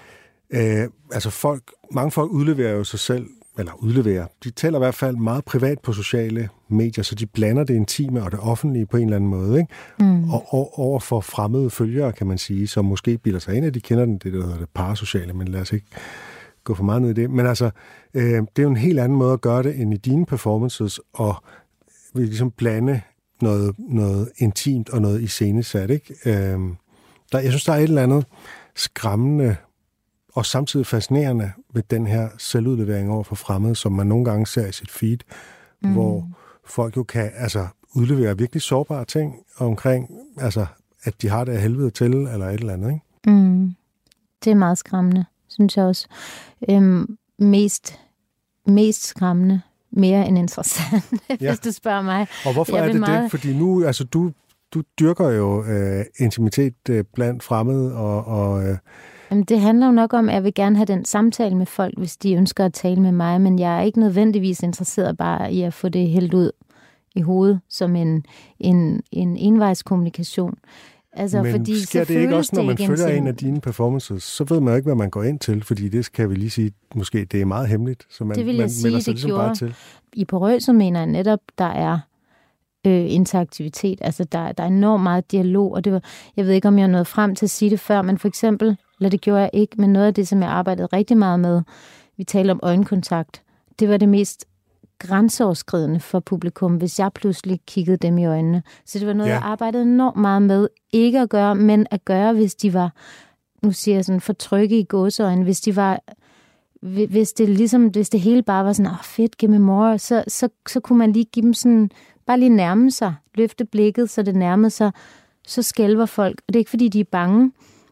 øh, altså folk, mange folk udleverer jo sig selv, eller udleverer, de taler i hvert fald meget privat på sociale medier, så de blander det intime og det offentlige på en eller anden måde, ikke? Mm. Og, og over for fremmede følgere, kan man sige, som måske bilder sig ind, at de kender den, det der hedder det parasociale, men lad os ikke gå for meget ned i det. Men altså, øh, det er jo en helt anden måde at gøre det, end i dine performances, og vi ligesom blande noget, noget intimt og noget iscenesat, ikke? Øh, der, jeg synes, der er et eller andet skræmmende og samtidig fascinerende ved den her selvudlevering over for fremmede, som man nogle gange ser i sit feed, mm. hvor folk jo kan altså, udlevere virkelig sårbare ting omkring, altså, at de har det af helvede til, eller et eller andet, ikke? Mm. Det er meget skræmmende, synes jeg også. Øhm, mest, mest skræmmende, mere end interessant, ja. Hvis du spørger mig. Og hvorfor jeg er det meget... det? Fordi nu, altså du, du dyrker jo øh, intimitet øh, blandt fremmede, og... og øh... Jamen, det handler jo nok om, at jeg vil gerne have den samtale med folk, hvis de ønsker at tale med mig, men jeg er ikke nødvendigvis interesseret bare i at få det hældt ud i hovedet som en, en, en envejskommunikation. Altså, men fordi sker det ikke også, når man følger en af dine performances, så ved man jo ikke, hvad man går ind til, fordi det kan vi lige sige, måske det er meget hemmeligt, så man, det vil jeg man sige, melder sig det ligesom gjorde. bare til. I Porøs, mener jeg netop, der er øh, interaktivitet, altså der, der er enormt meget dialog, og det var, jeg ved ikke, om jeg nåede frem til at sige det før, men for eksempel, eller det gjorde jeg ikke, men noget af det, som jeg arbejdede rigtig meget med, vi talte om øjenkontakt, det var det mest grænseoverskridende for publikum, hvis jeg pludselig kiggede dem i øjnene. Så det var noget, ja. Jeg arbejdede enormt meget med, ikke at gøre, men at gøre, hvis de var, nu siger jeg sådan, for trygge i gåseøjne, hvis de var, hvis det ligesom, hvis det hele bare var sådan, åh oh, fedt, giv mig mor, så, så, så kunne man lige give dem sådan, bare lige nærme sig, løfte blikket, så det nærmede sig, så skælver folk. Og det er ikke, fordi de er bange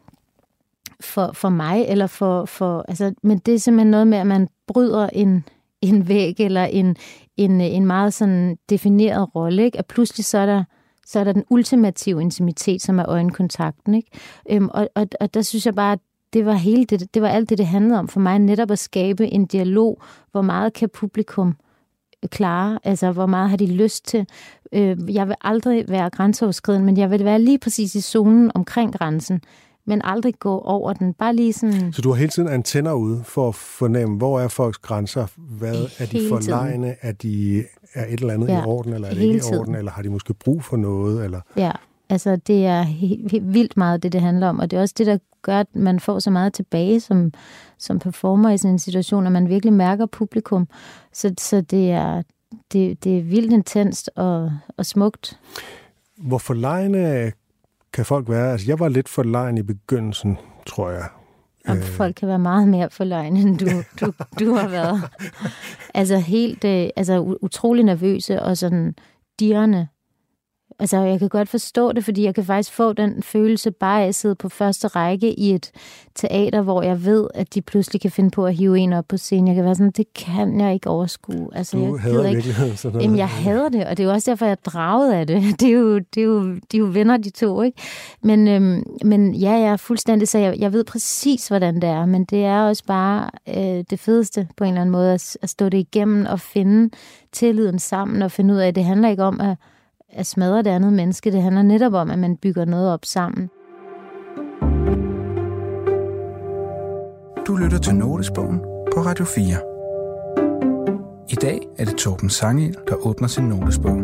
for, for mig, eller for, for, altså, men det er simpelthen noget med, at man bryder en en væg, eller en, en, en meget sådan defineret rolle, ikke? At pludselig så er der, så er der den ultimative intimitet, som er øjenkontakten, ikke? Øhm, og, og, og der synes jeg bare, at det var, hele det, det var alt det, det handlede om for mig, netop at skabe en dialog, hvor meget kan publikum klare, altså hvor meget har de lyst til. Øh, jeg vil aldrig være grænseoverskridende, men jeg vil være lige præcis i zonen omkring grænsen, men aldrig gå over den. Bare lige sådan... Så du har hele tiden antenner ude for at fornemme, hvor er folks grænser? Hvad er de forlegne? Er de er et eller andet ja, i orden, eller er det ikke i orden? Eller har de måske brug for noget? Eller? Ja, altså det er helt, helt vildt meget det, det handler om. Og det er også det, der gør, at man får så meget tilbage som, som performer i sådan en situation, at man virkelig mærker publikum. Så, så det, er, det, det er vildt intenst og, og smukt. Hvor forlegne kan folk være? Altså, jeg var lidt forlegen i begyndelsen, tror jeg. Og øh. folk kan være meget mere forløgne, end du, du, du har været. Altså helt, øh, altså utrolig nervøse og sådan dirrende. Altså, jeg kan godt forstå det, fordi jeg kan faktisk få den følelse bare af at sidde på første række i et teater, hvor jeg ved, at de pludselig kan finde på at hive en op på scenen. Jeg kan være sådan, det kan jeg ikke overskue. Altså, du jeg hader ikke. virkeligheden sådan noget. Jamen, jeg hader det, og det er jo også derfor, jeg er draget af det. Det er jo, det er jo, de er jo venner, de to, ikke? Men, øhm, men ja, jeg er fuldstændig, så jeg, jeg ved præcis, hvordan det er, men det er også bare øh, det fedeste på en eller anden måde, at, at stå det igennem og finde tilliden sammen og finde ud af, at det handler ikke om at at smadre det andet menneske. Det handler netop om, at man bygger noget op sammen. Du lytter til Notesbogen på Radio fire. I dag er det Torben Sangel, der åbner sin notesbog.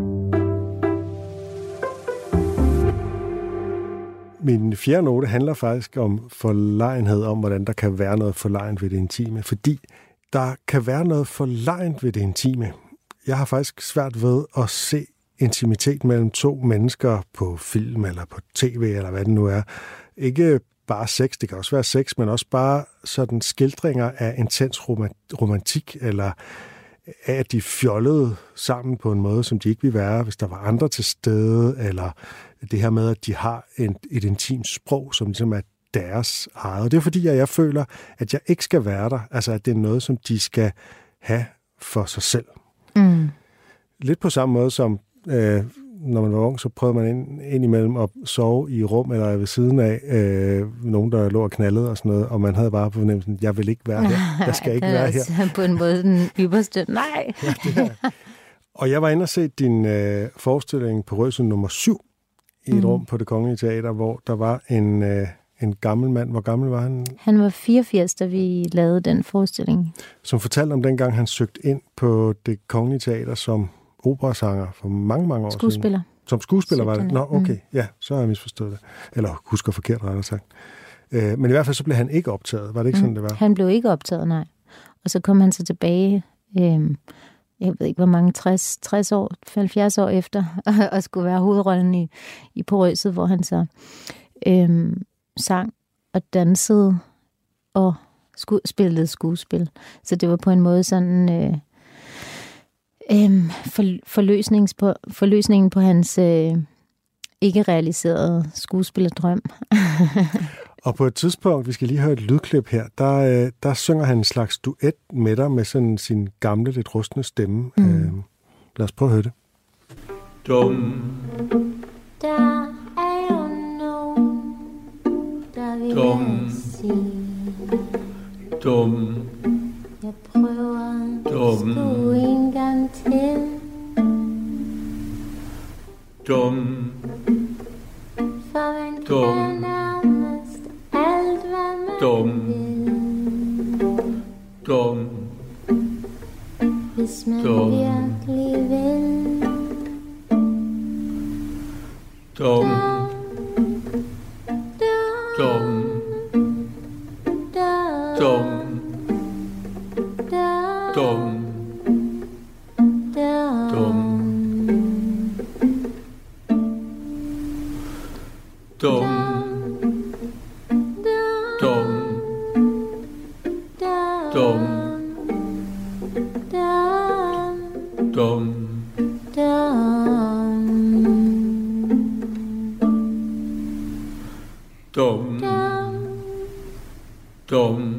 Min fjerde note handler faktisk om forlegenhed, om hvordan der kan være noget forlegent ved det intime, fordi der kan være noget forlegent ved det intime. Jeg har faktisk svært ved at se intimitet mellem to mennesker på film eller på tv, eller hvad det nu er. Ikke bare sex, det kan også være sex, men også bare sådan skildringer af intens romantik, eller af, at de fjollede sammen på en måde, som de ikke ville være, hvis der var andre til stede, eller det her med, at de har en, et intimt sprog, som ligesom er deres eget. Det er fordi, at jeg føler, at jeg ikke skal være der, altså at det er noget, som de skal have for sig selv. Mm. Lidt på samme måde som Øh, når man var ung, så prøvede man ind, ind imellem at sove i rum eller ved siden af øh, nogen, der lå og knaldede og sådan noget, og man havde bare på fornemmelsen, jeg vil ikke være her, jeg skal ikke være her. På en måde den ypperste, nej. Ja, det er. Og jeg var inde og se din øh, forestilling på Rødsø nummer syv i et mm. rum på Det Kongelige Teater, hvor der var en, øh, en gammel mand. Hvor gammel var han? Han var fireogfirs, da vi lavede den forestilling. Som fortalte om dengang, han søgte ind på Det Kongelige Teater som operasanger for mange, mange år skuespiller. siden. Som skuespiller var det? Nå, okay. Ja, så har jeg misforstået det. Eller husker forkert, rettere sagt. Øh, men i hvert fald så blev han ikke optaget. Var det ikke sådan, det var? Han blev ikke optaget, nej. Og så kom han så tilbage, øh, jeg ved ikke hvor mange, tres, tres år, halvfjerds år efter, og skulle være hovedrollen i, i På Røset, hvor han så øh, sang og dansede og sku, spillede skuespil. Så det var på en måde sådan Øh, Øhm, for, forløsnings på, forløsningen på hans øh, ikke realiserede skuespillerdrøm. Og på et tidspunkt, vi skal lige høre et lydklip her, der, øh, der synger han en slags duet med dig med sådan sin gamle, lidt rustne stemme. Mm. Øh, lad os prøve at høre det. Dum. Der er jo nogen, der vil Dum. sige. Dum. Jeg prøver Dum. sgu en gang til. Dum. For man Dum. kan nærmest alt, hvad man Dum. vil. Dum. Hvis man Dum. virkelig vil. Dum. Dum. Dum. Dum. Dum. Dum. Dum. Dum. Dum. Dum. Dum. Dum.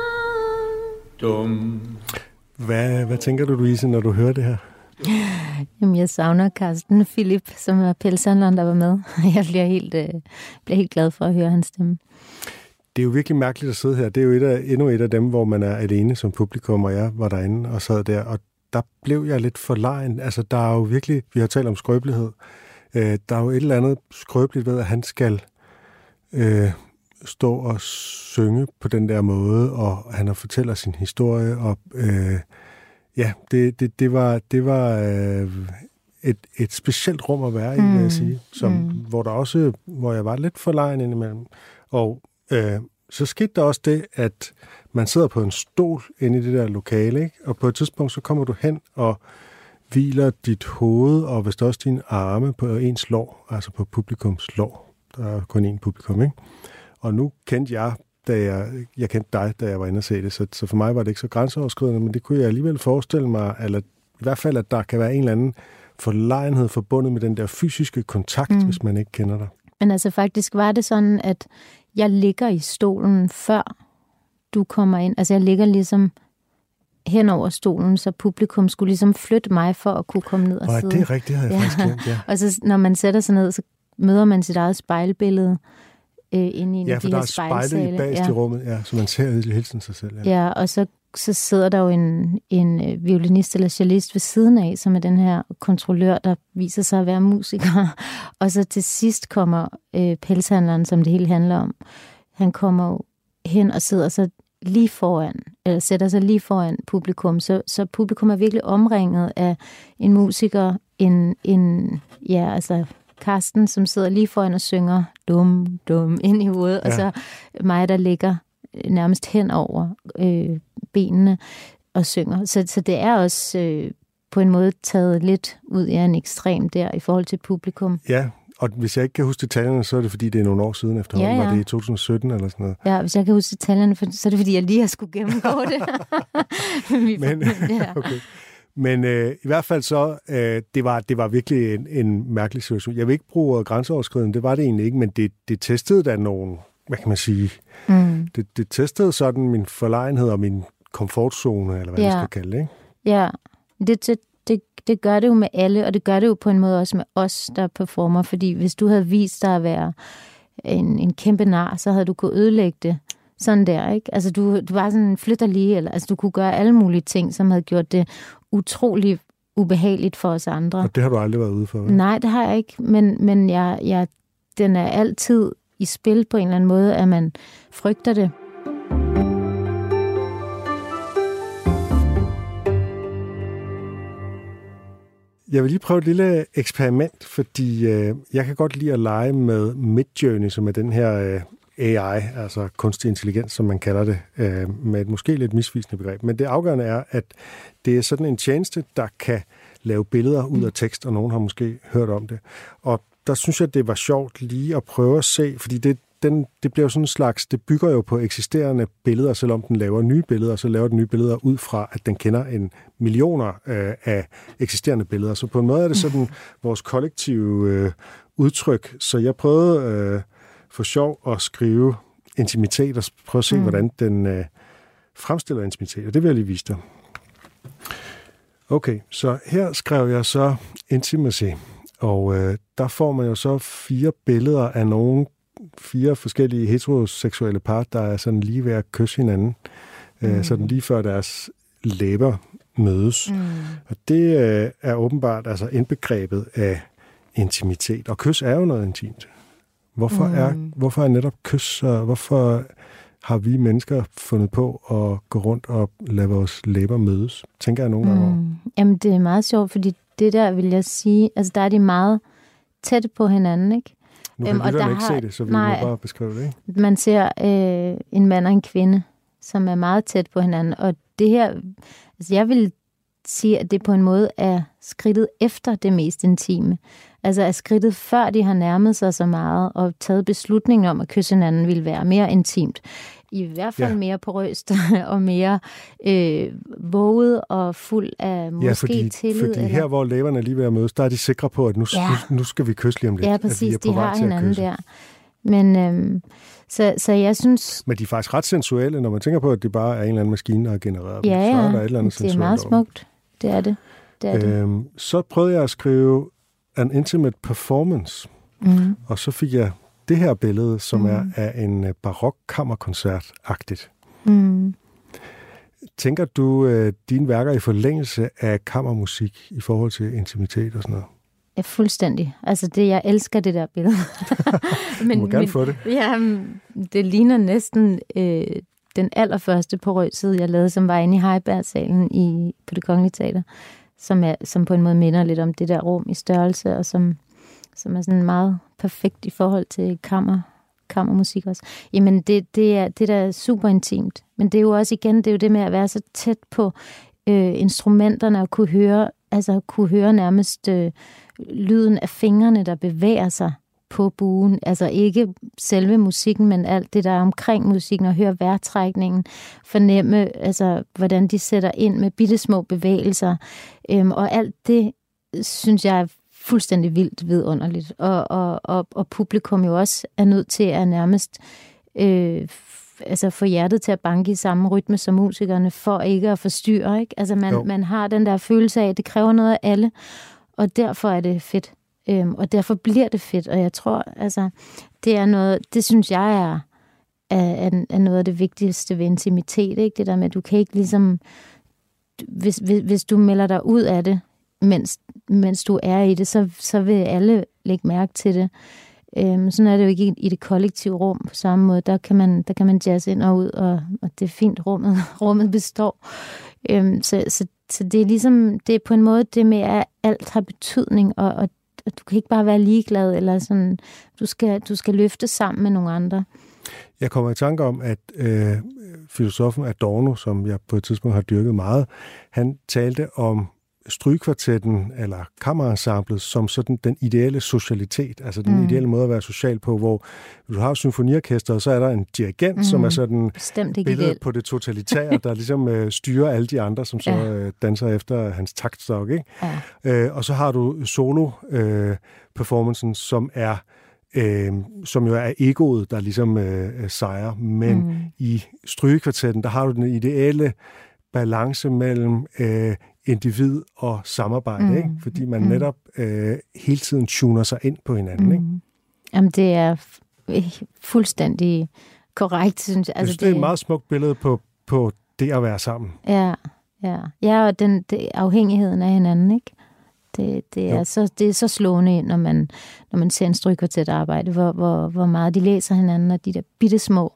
Dum. Hvad, hvad tænker du, Louise, når du hører det her? Jamen, jeg savner Carsten Philip, som er pelshandleren, der var med. Jeg bliver helt, øh, bliver helt glad for at høre hans stemme. Det er jo virkelig mærkeligt at sidde her. Det er jo et af, endnu et af dem, hvor man er alene som publikum, og jeg var derinde og sad der, og der blev jeg lidt forlegen. Altså, der er jo virkelig, vi har talt om skrøbelighed, øh, der er jo et eller andet skrøbeligt ved, at han skal øh, stå og synge på den der måde, og han fortæller sin historie, og øh, ja, det, det, det var, det var øh, et, et specielt rum at være i, mm. vil jeg sige, som, mm. hvor, der også, hvor jeg var lidt forlegen indimellem. Og øh, så skete der også det, at man sidder på en stol inde i det der lokale, ikke? Og på et tidspunkt, så kommer du hen og hviler dit hoved, og vist også dine arme på ens lår, altså på publikums lår. Der er kun én publikum, ikke? Og nu kendte jeg da jeg, jeg kendte dig, da jeg var inde og se det, så, så for mig var det ikke så grænseoverskridende, men det kunne jeg alligevel forestille mig, eller i hvert fald, at der kan være en eller anden forlegenhed forbundet med den der fysiske kontakt, mm. hvis man ikke kender dig. Men altså faktisk var det sådan, at jeg ligger i stolen, før du kommer ind. Altså jeg ligger ligesom hen over stolen, så publikum skulle ligesom flytte mig for at kunne komme ned og Nej, sidde. det er rigtigt, det havde jeg ja. faktisk glemt, ja. Og så når man sætter sig ned, så møder man sit eget spejlbillede øh, inde i en ja, af de for der her er spejle spejlsale. i bagst ja. i rummet, ja, så man ser hele tiden sig selv. Ja, ja og så, så sidder der jo en, en violinist eller cellist ved siden af, som er den her kontrollør, der viser sig at være musiker. Og så til sidst kommer øh, pelshandleren, som det hele handler om. Han kommer jo hen og sidder så lige foran, eller sætter sig lige foran publikum, så, så publikum er virkelig omringet af en musiker, en, en ja, altså Karsten, som sidder lige foran og synger dum, dum ind i hovedet, ja. Og så mig, der ligger nærmest hen over øh, benene og synger. Så, så det er også øh, på en måde taget lidt ud af en ekstrem der i forhold til publikum. Ja, og hvis jeg ikke kan huske detaljerne, så er det fordi, det er nogle år siden efterhånden. Ja, ja. Var det i to tusind og sytten eller sådan noget? Ja, hvis jeg kan huske detaljerne, så er det fordi, jeg lige har skulle gennemgå det. Men, ja. Okay. Men øh, i hvert fald så, øh, det, var, det var virkelig en, en mærkelig situation. Jeg vil ikke bruge ordet grænseoverskridende, det var det egentlig ikke, men det, det testede da nogle, hvad kan man sige, mm. det, det testede sådan min forlegenhed og min komfortzone, eller hvad ja. man skal kalde det, ikke? Ja, det, det, det, det gør det jo med alle, og det gør det jo på en måde også med os, der performer, fordi hvis du havde vist dig at være en, en kæmpe nar, så havde du kunnet ødelægge det. Sådan der, ikke? Altså, du, du var sådan flytter lige, eller altså, du kunne gøre alle mulige ting, som havde gjort det utrolig ubehageligt for os andre. Og det har du aldrig været ude for, vel? Nej, det har jeg ikke, men, men jeg, jeg, den er altid i spil på en eller anden måde, at man frygter det. Jeg vil lige prøve et lille eksperiment, fordi øh, jeg kan godt lide at lege med Midjourney, som er den her øh, A I, altså kunstig intelligens, som man kalder det, øh, med et måske lidt misvisende begreb. Men det afgørende er, at det er sådan en tjeneste, der kan lave billeder ud af tekst, og nogen har måske hørt om det. Og der synes jeg, det var sjovt lige at prøve at se, fordi det, den, det bliver jo sådan en slags, det bygger jo på eksisterende billeder, selvom den laver nye billeder, så laver den nye billeder ud fra, at den kender en millioner øh, af eksisterende billeder. Så på en måde er det sådan vores kollektive øh, udtryk. Så jeg prøvede øh, for sjov at skrive intimitet, og prøve at se, mm. hvordan den øh, fremstiller intimitet, og det vil jeg lige vise dig. Okay, så her skrev jeg så intimacy, og øh, der får man jo så fire billeder af nogle fire forskellige heteroseksuelle par, der er sådan lige ved at kysse hinanden, mm. øh, sådan lige før deres læber mødes. Mm. Og det øh, er åbenbart altså indbegrebet af intimitet, og kys er jo noget intimt. Hvorfor, mm. er, hvorfor er netop kys, og hvorfor har vi mennesker fundet på at gå rundt og lade vores læber mødes? Tænker jeg nogle gange over. Mm. Jamen, det er meget sjovt, fordi det der, vil jeg sige, altså der er de meget tæt på hinanden, ikke? Nu kan øhm, lytterne ikke har, se det, så vi nej, må bare beskrive det, ikke? Man ser øh, en mand og en kvinde, som er meget tæt på hinanden, og det her, altså jeg vil sige, at det på en måde er skridtet efter det mest intime. Altså er skridtet før de har nærmet sig så meget, og taget beslutningen om at kysse hinanden vil være mere intimt. I hvert fald ja. mere porøst og mere øh, våget og fuld af måske ja, fordi, tillid. fordi her, hvor læberne er lige ved at mødes, der er de sikre på, at nu, ja. nu, nu skal vi kysse lige om lidt. Ja, præcis. At vi er på de vej har til hinanden der. Men øhm, så, så jeg synes... Men de er faktisk ret sensuelle, når man tænker på, at det bare er en eller anden maskine, der har genereret ja, dem. Så ja. er der et eller andet det er meget smukt. Det er det. det, er øhm, det. Så prøvede jeg at skrive an intimate performance, mm. og så fik jeg det her billede, som mm. er af en barok kammerkoncert-agtigt. Mm. Tænker du øh, dine værker i forlængelse af kammermusik i forhold til intimitet og sådan noget? Ja, fuldstændig. Altså, det, jeg elsker det der billede. men, du må gerne men, få det. Ja, det ligner næsten øh, den allerførste porøshed, jeg lavede, som var inde i Heiberg-salen i, på Det Kongelige Teater, som, er, som på en måde minder lidt om det der rum i størrelse, og som, som er sådan meget perfekt i forhold til kammer, kammermusik også. Jamen, det, det, er, det der er super intimt. Men det er jo også igen, det er jo det med at være så tæt på øh, instrumenterne og kunne høre, altså kunne høre nærmest øh, lyden af fingrene, der bevæger sig på buen. Altså ikke selve musikken, men alt det, der er omkring musikken, og høre vejrtrækningen, fornemme, altså, hvordan de sætter ind med bittesmå bevægelser. Øhm, og alt det, synes jeg er fuldstændig vildt vidunderligt. Og, og, og, og publikum jo også er nødt til at nærmest øh, altså få hjertet til at banke i samme rytme som musikerne, for ikke at forstyrre. Ikke? Altså man, man har den der følelse af, at det kræver noget af alle, og derfor er det fedt. Øhm, og derfor bliver det fedt, og jeg tror, altså, det er noget, det synes jeg er, er, er noget af det vigtigste ved intimitet, ikke? Det der med, at du kan ikke ligesom, hvis, hvis, hvis du melder dig ud af det, mens, mens du er i det, så, så vil alle lægge mærke til det. Øhm, sådan er det jo ikke i, i det kollektive rum på samme måde. Der kan man, der kan man jazze ind og ud, og, og det er fint, rummet, rummet består. Øhm, så, så, så det er ligesom, det er på en måde det med, at alt har betydning, og, og du kan ikke bare være ligeglad, eller sådan, du skal, du skal løfte sammen med nogle andre. Jeg kommer i tanke om, at øh, filosofen Adorno, som jeg på et tidspunkt har dyrket meget, han talte om strygekvartetten eller kammerensemblet som sådan den ideelle socialitet, altså den mm. ideelle måde at være social på, hvor du har symfoniorkestret, så er der en dirigent, mm. som er sådan billedet på det totalitære, der ligesom øh, styrer alle de andre, som så ja. øh, danser efter hans taktstok, ikke? Ja. Øh, og så har du solo-performancen, øh, som er Øh, som jo er egoet, der ligesom øh, sejrer. Men mm. i strygekvartetten, der har du den ideelle balance mellem øh, individ og samarbejde, mm. ikke? Fordi man mm. netop øh, hele tiden tuner sig ind på hinanden. Mm. Ikke? Jamen, det er f- fuldstændig korrekt, synes jeg. Altså, jeg synes, det, det er et meget smukt billede på, på det at være sammen. Ja, ja. ja og den, det, afhængigheden af hinanden, ikke? Det, det, er så, det er så slående ind, når man, når man ser en strygekvartet arbejde, hvor, hvor, hvor meget de læser hinanden, og de der bittesmå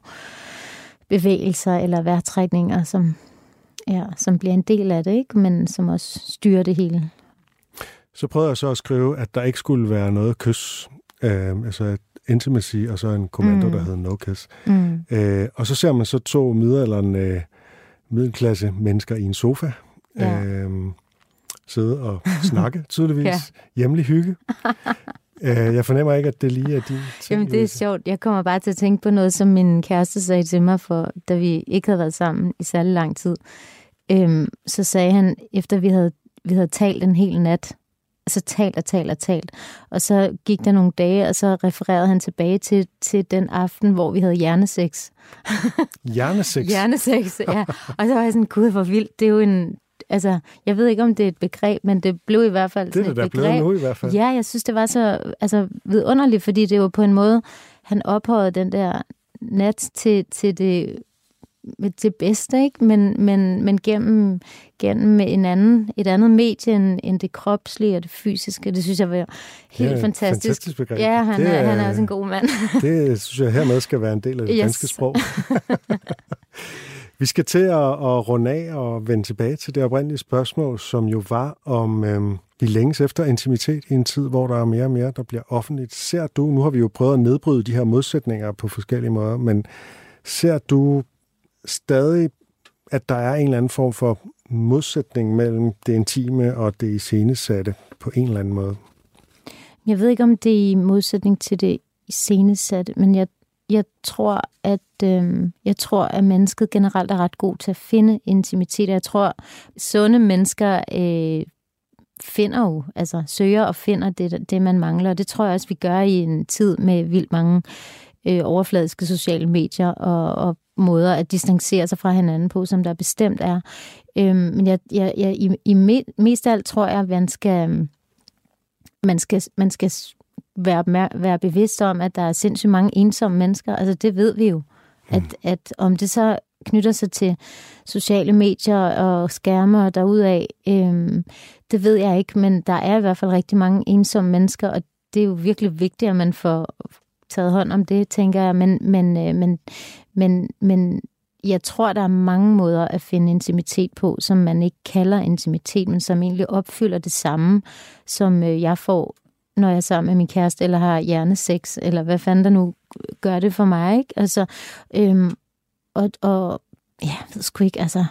bevægelser eller vejrtrækninger, som, ja, som bliver en del af det, ikke? Men som også styrer det hele. Så prøvede jeg så at skrive, at der ikke skulle være noget kys, øh, altså intimacy, og så en kommando, mm. der hedder no kiss. Mm. Øh, og så ser man så to middelalderen øh, middelklasse mennesker i en sofa, ja. øh, sidde og snakke, tydeligvis. Ja. Hjemlig hygge. Jeg fornemmer ikke, at det lige er de ting. Jamen, det er sjovt. Jeg kommer bare til at tænke på noget, som min kæreste sagde til mig, for, da vi ikke havde været sammen i særlig lang tid. Øhm, så sagde han, efter vi havde, vi havde talt en hel nat, altså talt og talt og talt, og så gik der nogle dage, og så refererede han tilbage til, til den aften, hvor vi havde hjernesex. Hjernesex? Hjernesex, ja. Og så var jeg sådan, gud, hvor vildt. Det er jo en... Altså, jeg ved ikke, om det er et begreb, men det blev i hvert fald det er sådan det, et begreb. Det er der blevet nu i hvert fald. Ja, jeg synes, det var så altså, vidunderligt, fordi det var på en måde, han ophøjede den der nat til, til det til bedste, ikke? Men, men, men gennem, gennem en anden, et andet medie end, end det kropslige og det fysiske. Det synes jeg var helt ja, fantastisk. fantastisk begreb. Ja, han, det er, han er også en god mand. Det synes jeg hermed skal være en del af det yes. danske sprog. Vi skal til at, at runde af og vende tilbage til det oprindelige spørgsmål, som jo var om øhm, vi længes efter intimitet i en tid, hvor der er mere og mere, der bliver offentligt. Ser du, nu har vi jo prøvet at nedbryde de her modsætninger på forskellige måder, men ser du stadig, at der er en eller anden form for modsætning mellem det intime og det iscenesatte på en eller anden måde? Jeg ved ikke, om det er i modsætning til det iscenesatte, men jeg Jeg tror, at øh, jeg tror, at mennesket generelt er ret god til at finde intimitet. Jeg tror, sunde mennesker øh, finder jo, altså søger og finder det, det, man mangler. Og det tror jeg også, vi gør i en tid med vildt mange øh, overfladiske sociale medier og, og måder at distancere sig fra hinanden på, som der bestemt er. Øh, men jeg, jeg, jeg, i, i mest af alt tror jeg, at man skal, man skal, man skal Være, være bevidst om, at der er sindssygt mange ensomme mennesker. Altså, det ved vi jo. At, mm. at om det så knytter sig til sociale medier og skærme og derudaf, øhm, det ved jeg ikke, men der er i hvert fald rigtig mange ensomme mennesker, og det er jo virkelig vigtigt, at man får taget hånd om det, tænker jeg. Men, men, øh, men, men, men jeg tror, der er mange måder at finde intimitet på, som man ikke kalder intimitet, men som egentlig opfylder det samme, som øh, jeg får, når jeg er sammen med min kæreste, eller har hjernesex, eller hvad fanden der nu gør det for mig, ikke? Altså, øhm, og, og ja, jeg ved sgu ikke, altså,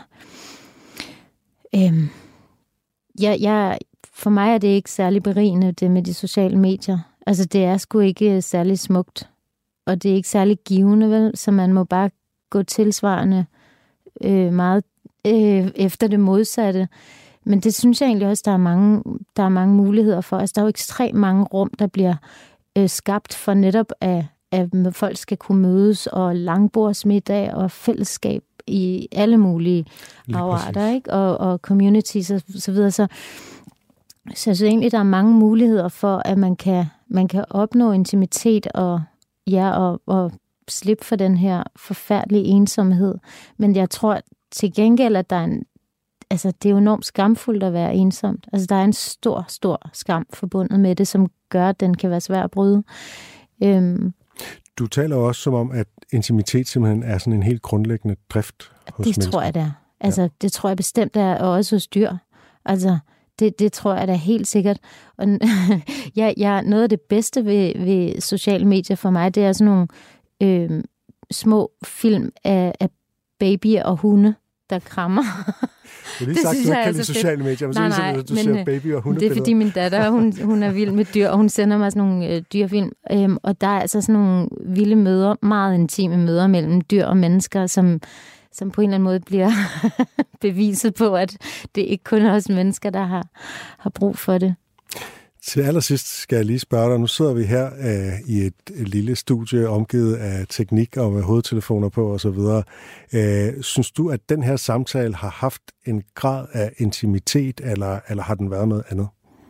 øhm, jeg, jeg, for mig er det ikke særlig berigende, det med de sociale medier. Altså, det er sgu ikke særlig smukt, og det er ikke særlig givende, vel? Så man må bare gå tilsvarende øh, meget øh, efter det modsatte. Men det synes jeg egentlig også, der er mange, der er mange muligheder for. Altså, der er jo ekstremt mange rum, der bliver øh, skabt for netop, at, at folk skal kunne mødes, og langbordsmiddag og fællesskab i alle mulige afarter, ikke? Og, og communities og så videre. Så, så jeg synes egentlig, der er mange muligheder for, at man kan, man kan opnå intimitet og, ja, og, og slippe for den her forfærdelige ensomhed. Men jeg tror til gengæld, at der er en, altså, det er jo enormt skamfuldt at være ensomt. Altså, der er en stor, stor skam forbundet med det, som gør, at den kan være svær at bryde. Øhm, Du taler også som om, at intimitet simpelthen er sådan en helt grundlæggende drift hos det mennesker. Det tror jeg, det er. Altså, ja. Det tror jeg bestemt er, og også hos dyr. Altså, det, det tror jeg da helt sikkert. Og ja, ja, noget af det bedste ved, ved sociale medier for mig, det er sådan nogle øh, små film af, af babyer og hunde, der krammer. Du har lige sagt, du ikke kan lide sociale medier, men nej, så nej, du ser baby- og hundebilleder. Det er fordi min datter, hun, hun er vild med dyr, og hun sender mig sådan nogle øh, dyrfilm. Øhm, og der er altså sådan nogle vilde møder, meget intime møder mellem dyr og mennesker, som, som på en eller anden måde bliver beviset på, at det ikke kun er os mennesker, der har, har brug for det. Til allersidst skal jeg lige spørge dig. Nu sidder vi her øh, i et, et lille studie omgivet af teknik og med hovedtelefoner på osv. Øh, synes du, at den her samtale har haft en grad af intimitet, eller, eller har den været noget andet?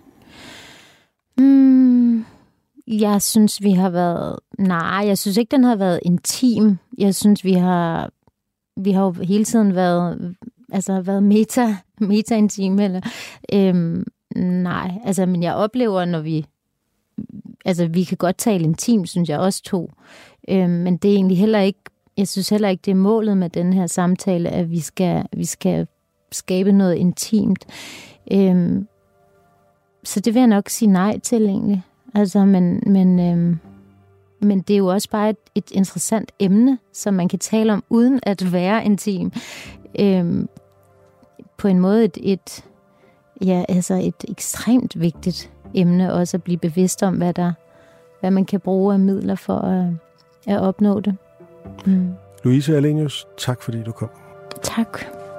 Mm, jeg synes, vi har været... Nej, jeg synes ikke, den har været intim. Jeg synes, vi har, vi har jo hele tiden været, altså, været meta, meta-intime, eller... Øhm, Nej, altså, men jeg oplever, når vi... Altså, vi kan godt tale intimt, synes jeg også to. Øhm, men det er egentlig heller ikke... Jeg synes heller ikke, det er målet med den her samtale, at vi skal, vi skal skabe noget intimt. Øhm, så det vil jeg nok sige nej til, egentlig. Altså, men... men øhm, men det er jo også bare et, et interessant emne, som man kan tale om, uden at være intim. Øhm, på en måde et... et Ja, altså et ekstremt vigtigt emne også at blive bevidst om, hvad der, hvad man kan bruge af midler for at, at opnå det. Mm. Louise Alenius, tak fordi du kom. Tak.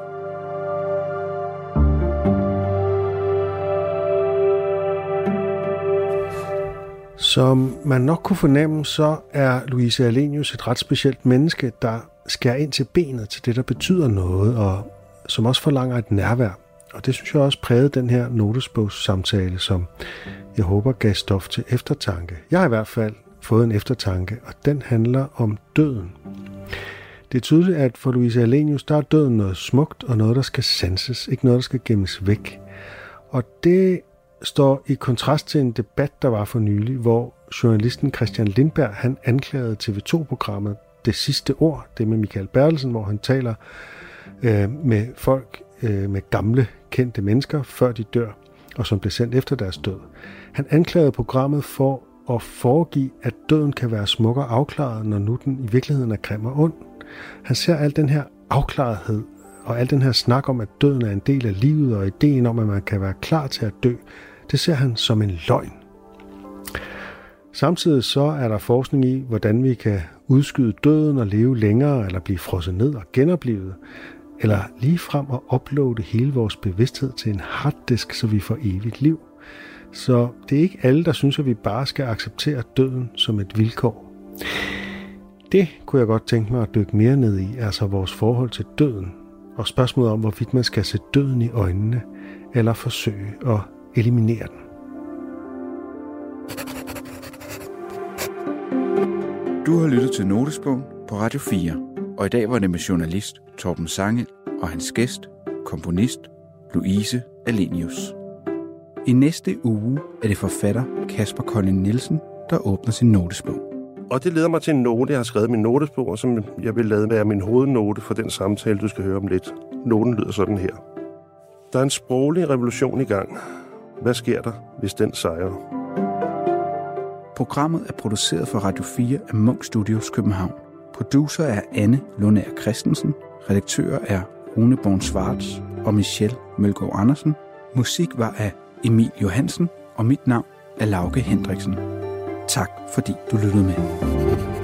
Som man nok kunne fornemme, så er Louise Alenius et ret specielt menneske, der skærer ind til benet til det, der betyder noget, og som også forlanger et nærvær. Og det synes jeg også prægede den her notesbogssamtale, som jeg håber gav stof til eftertanke. Jeg har i hvert fald fået en eftertanke, og den handler om døden. Det er tydeligt, at for Louise Alenius, der er døden noget smukt og noget, der skal sanses, ikke noget, der skal gemmes væk. Og det står i kontrast til en debat, der var for nylig, hvor journalisten Christian Lindberg, han anklagede T V to-programmet Det Sidste Ord, det med Michael Bertelsen, hvor han taler øh, med folk, med gamle, kendte mennesker, før de dør, og som blev sendt efter deres død. Han anklagede programmet for at foregive, at døden kan være smuk og afklaret, når nu den i virkeligheden er grim og ond. Han ser al den her afklarethed, og al den her snak om, at døden er en del af livet, og ideen om, at man kan være klar til at dø, det ser han som en løgn. Samtidig så er der forskning i, hvordan vi kan udskyde døden og leve længere, eller blive frosset ned og genoplevet, eller lige frem at uploade hele vores bevidsthed til en harddisk, så vi får evigt liv. Så det er ikke alle, der synes, at vi bare skal acceptere døden som et vilkår. Det kunne jeg godt tænke mig at dykke mere ned i, altså vores forhold til døden, og spørgsmålet om, hvorvidt man skal se døden i øjnene, eller forsøge at eliminere den. Du har lyttet til Notesbogen på Radio fire, og i dag var det med journalist Torben Sangel og hans gæst, komponist Louise Alenius. I næste uge er det forfatter Kasper Kolding Nielsen, der åbner sin notesbog. Og det leder mig til en note, jeg har skrevet i min notesbog, som jeg vil lade være min hovednote for den samtale, du skal høre om lidt. Noten lyder sådan her. Der er en sproglig revolution i gang. Hvad sker der, hvis den sejrer? Programmet er produceret for Radio fire af Munch Studios København. Producer er Anne Lundager Christensen. Redaktører er Rune Born Schwartz og Michelle Mølgaard Andersen. Musik var af Emil Johansen, og mit navn er Lauke Hendriksen. Tak fordi du lyttede med.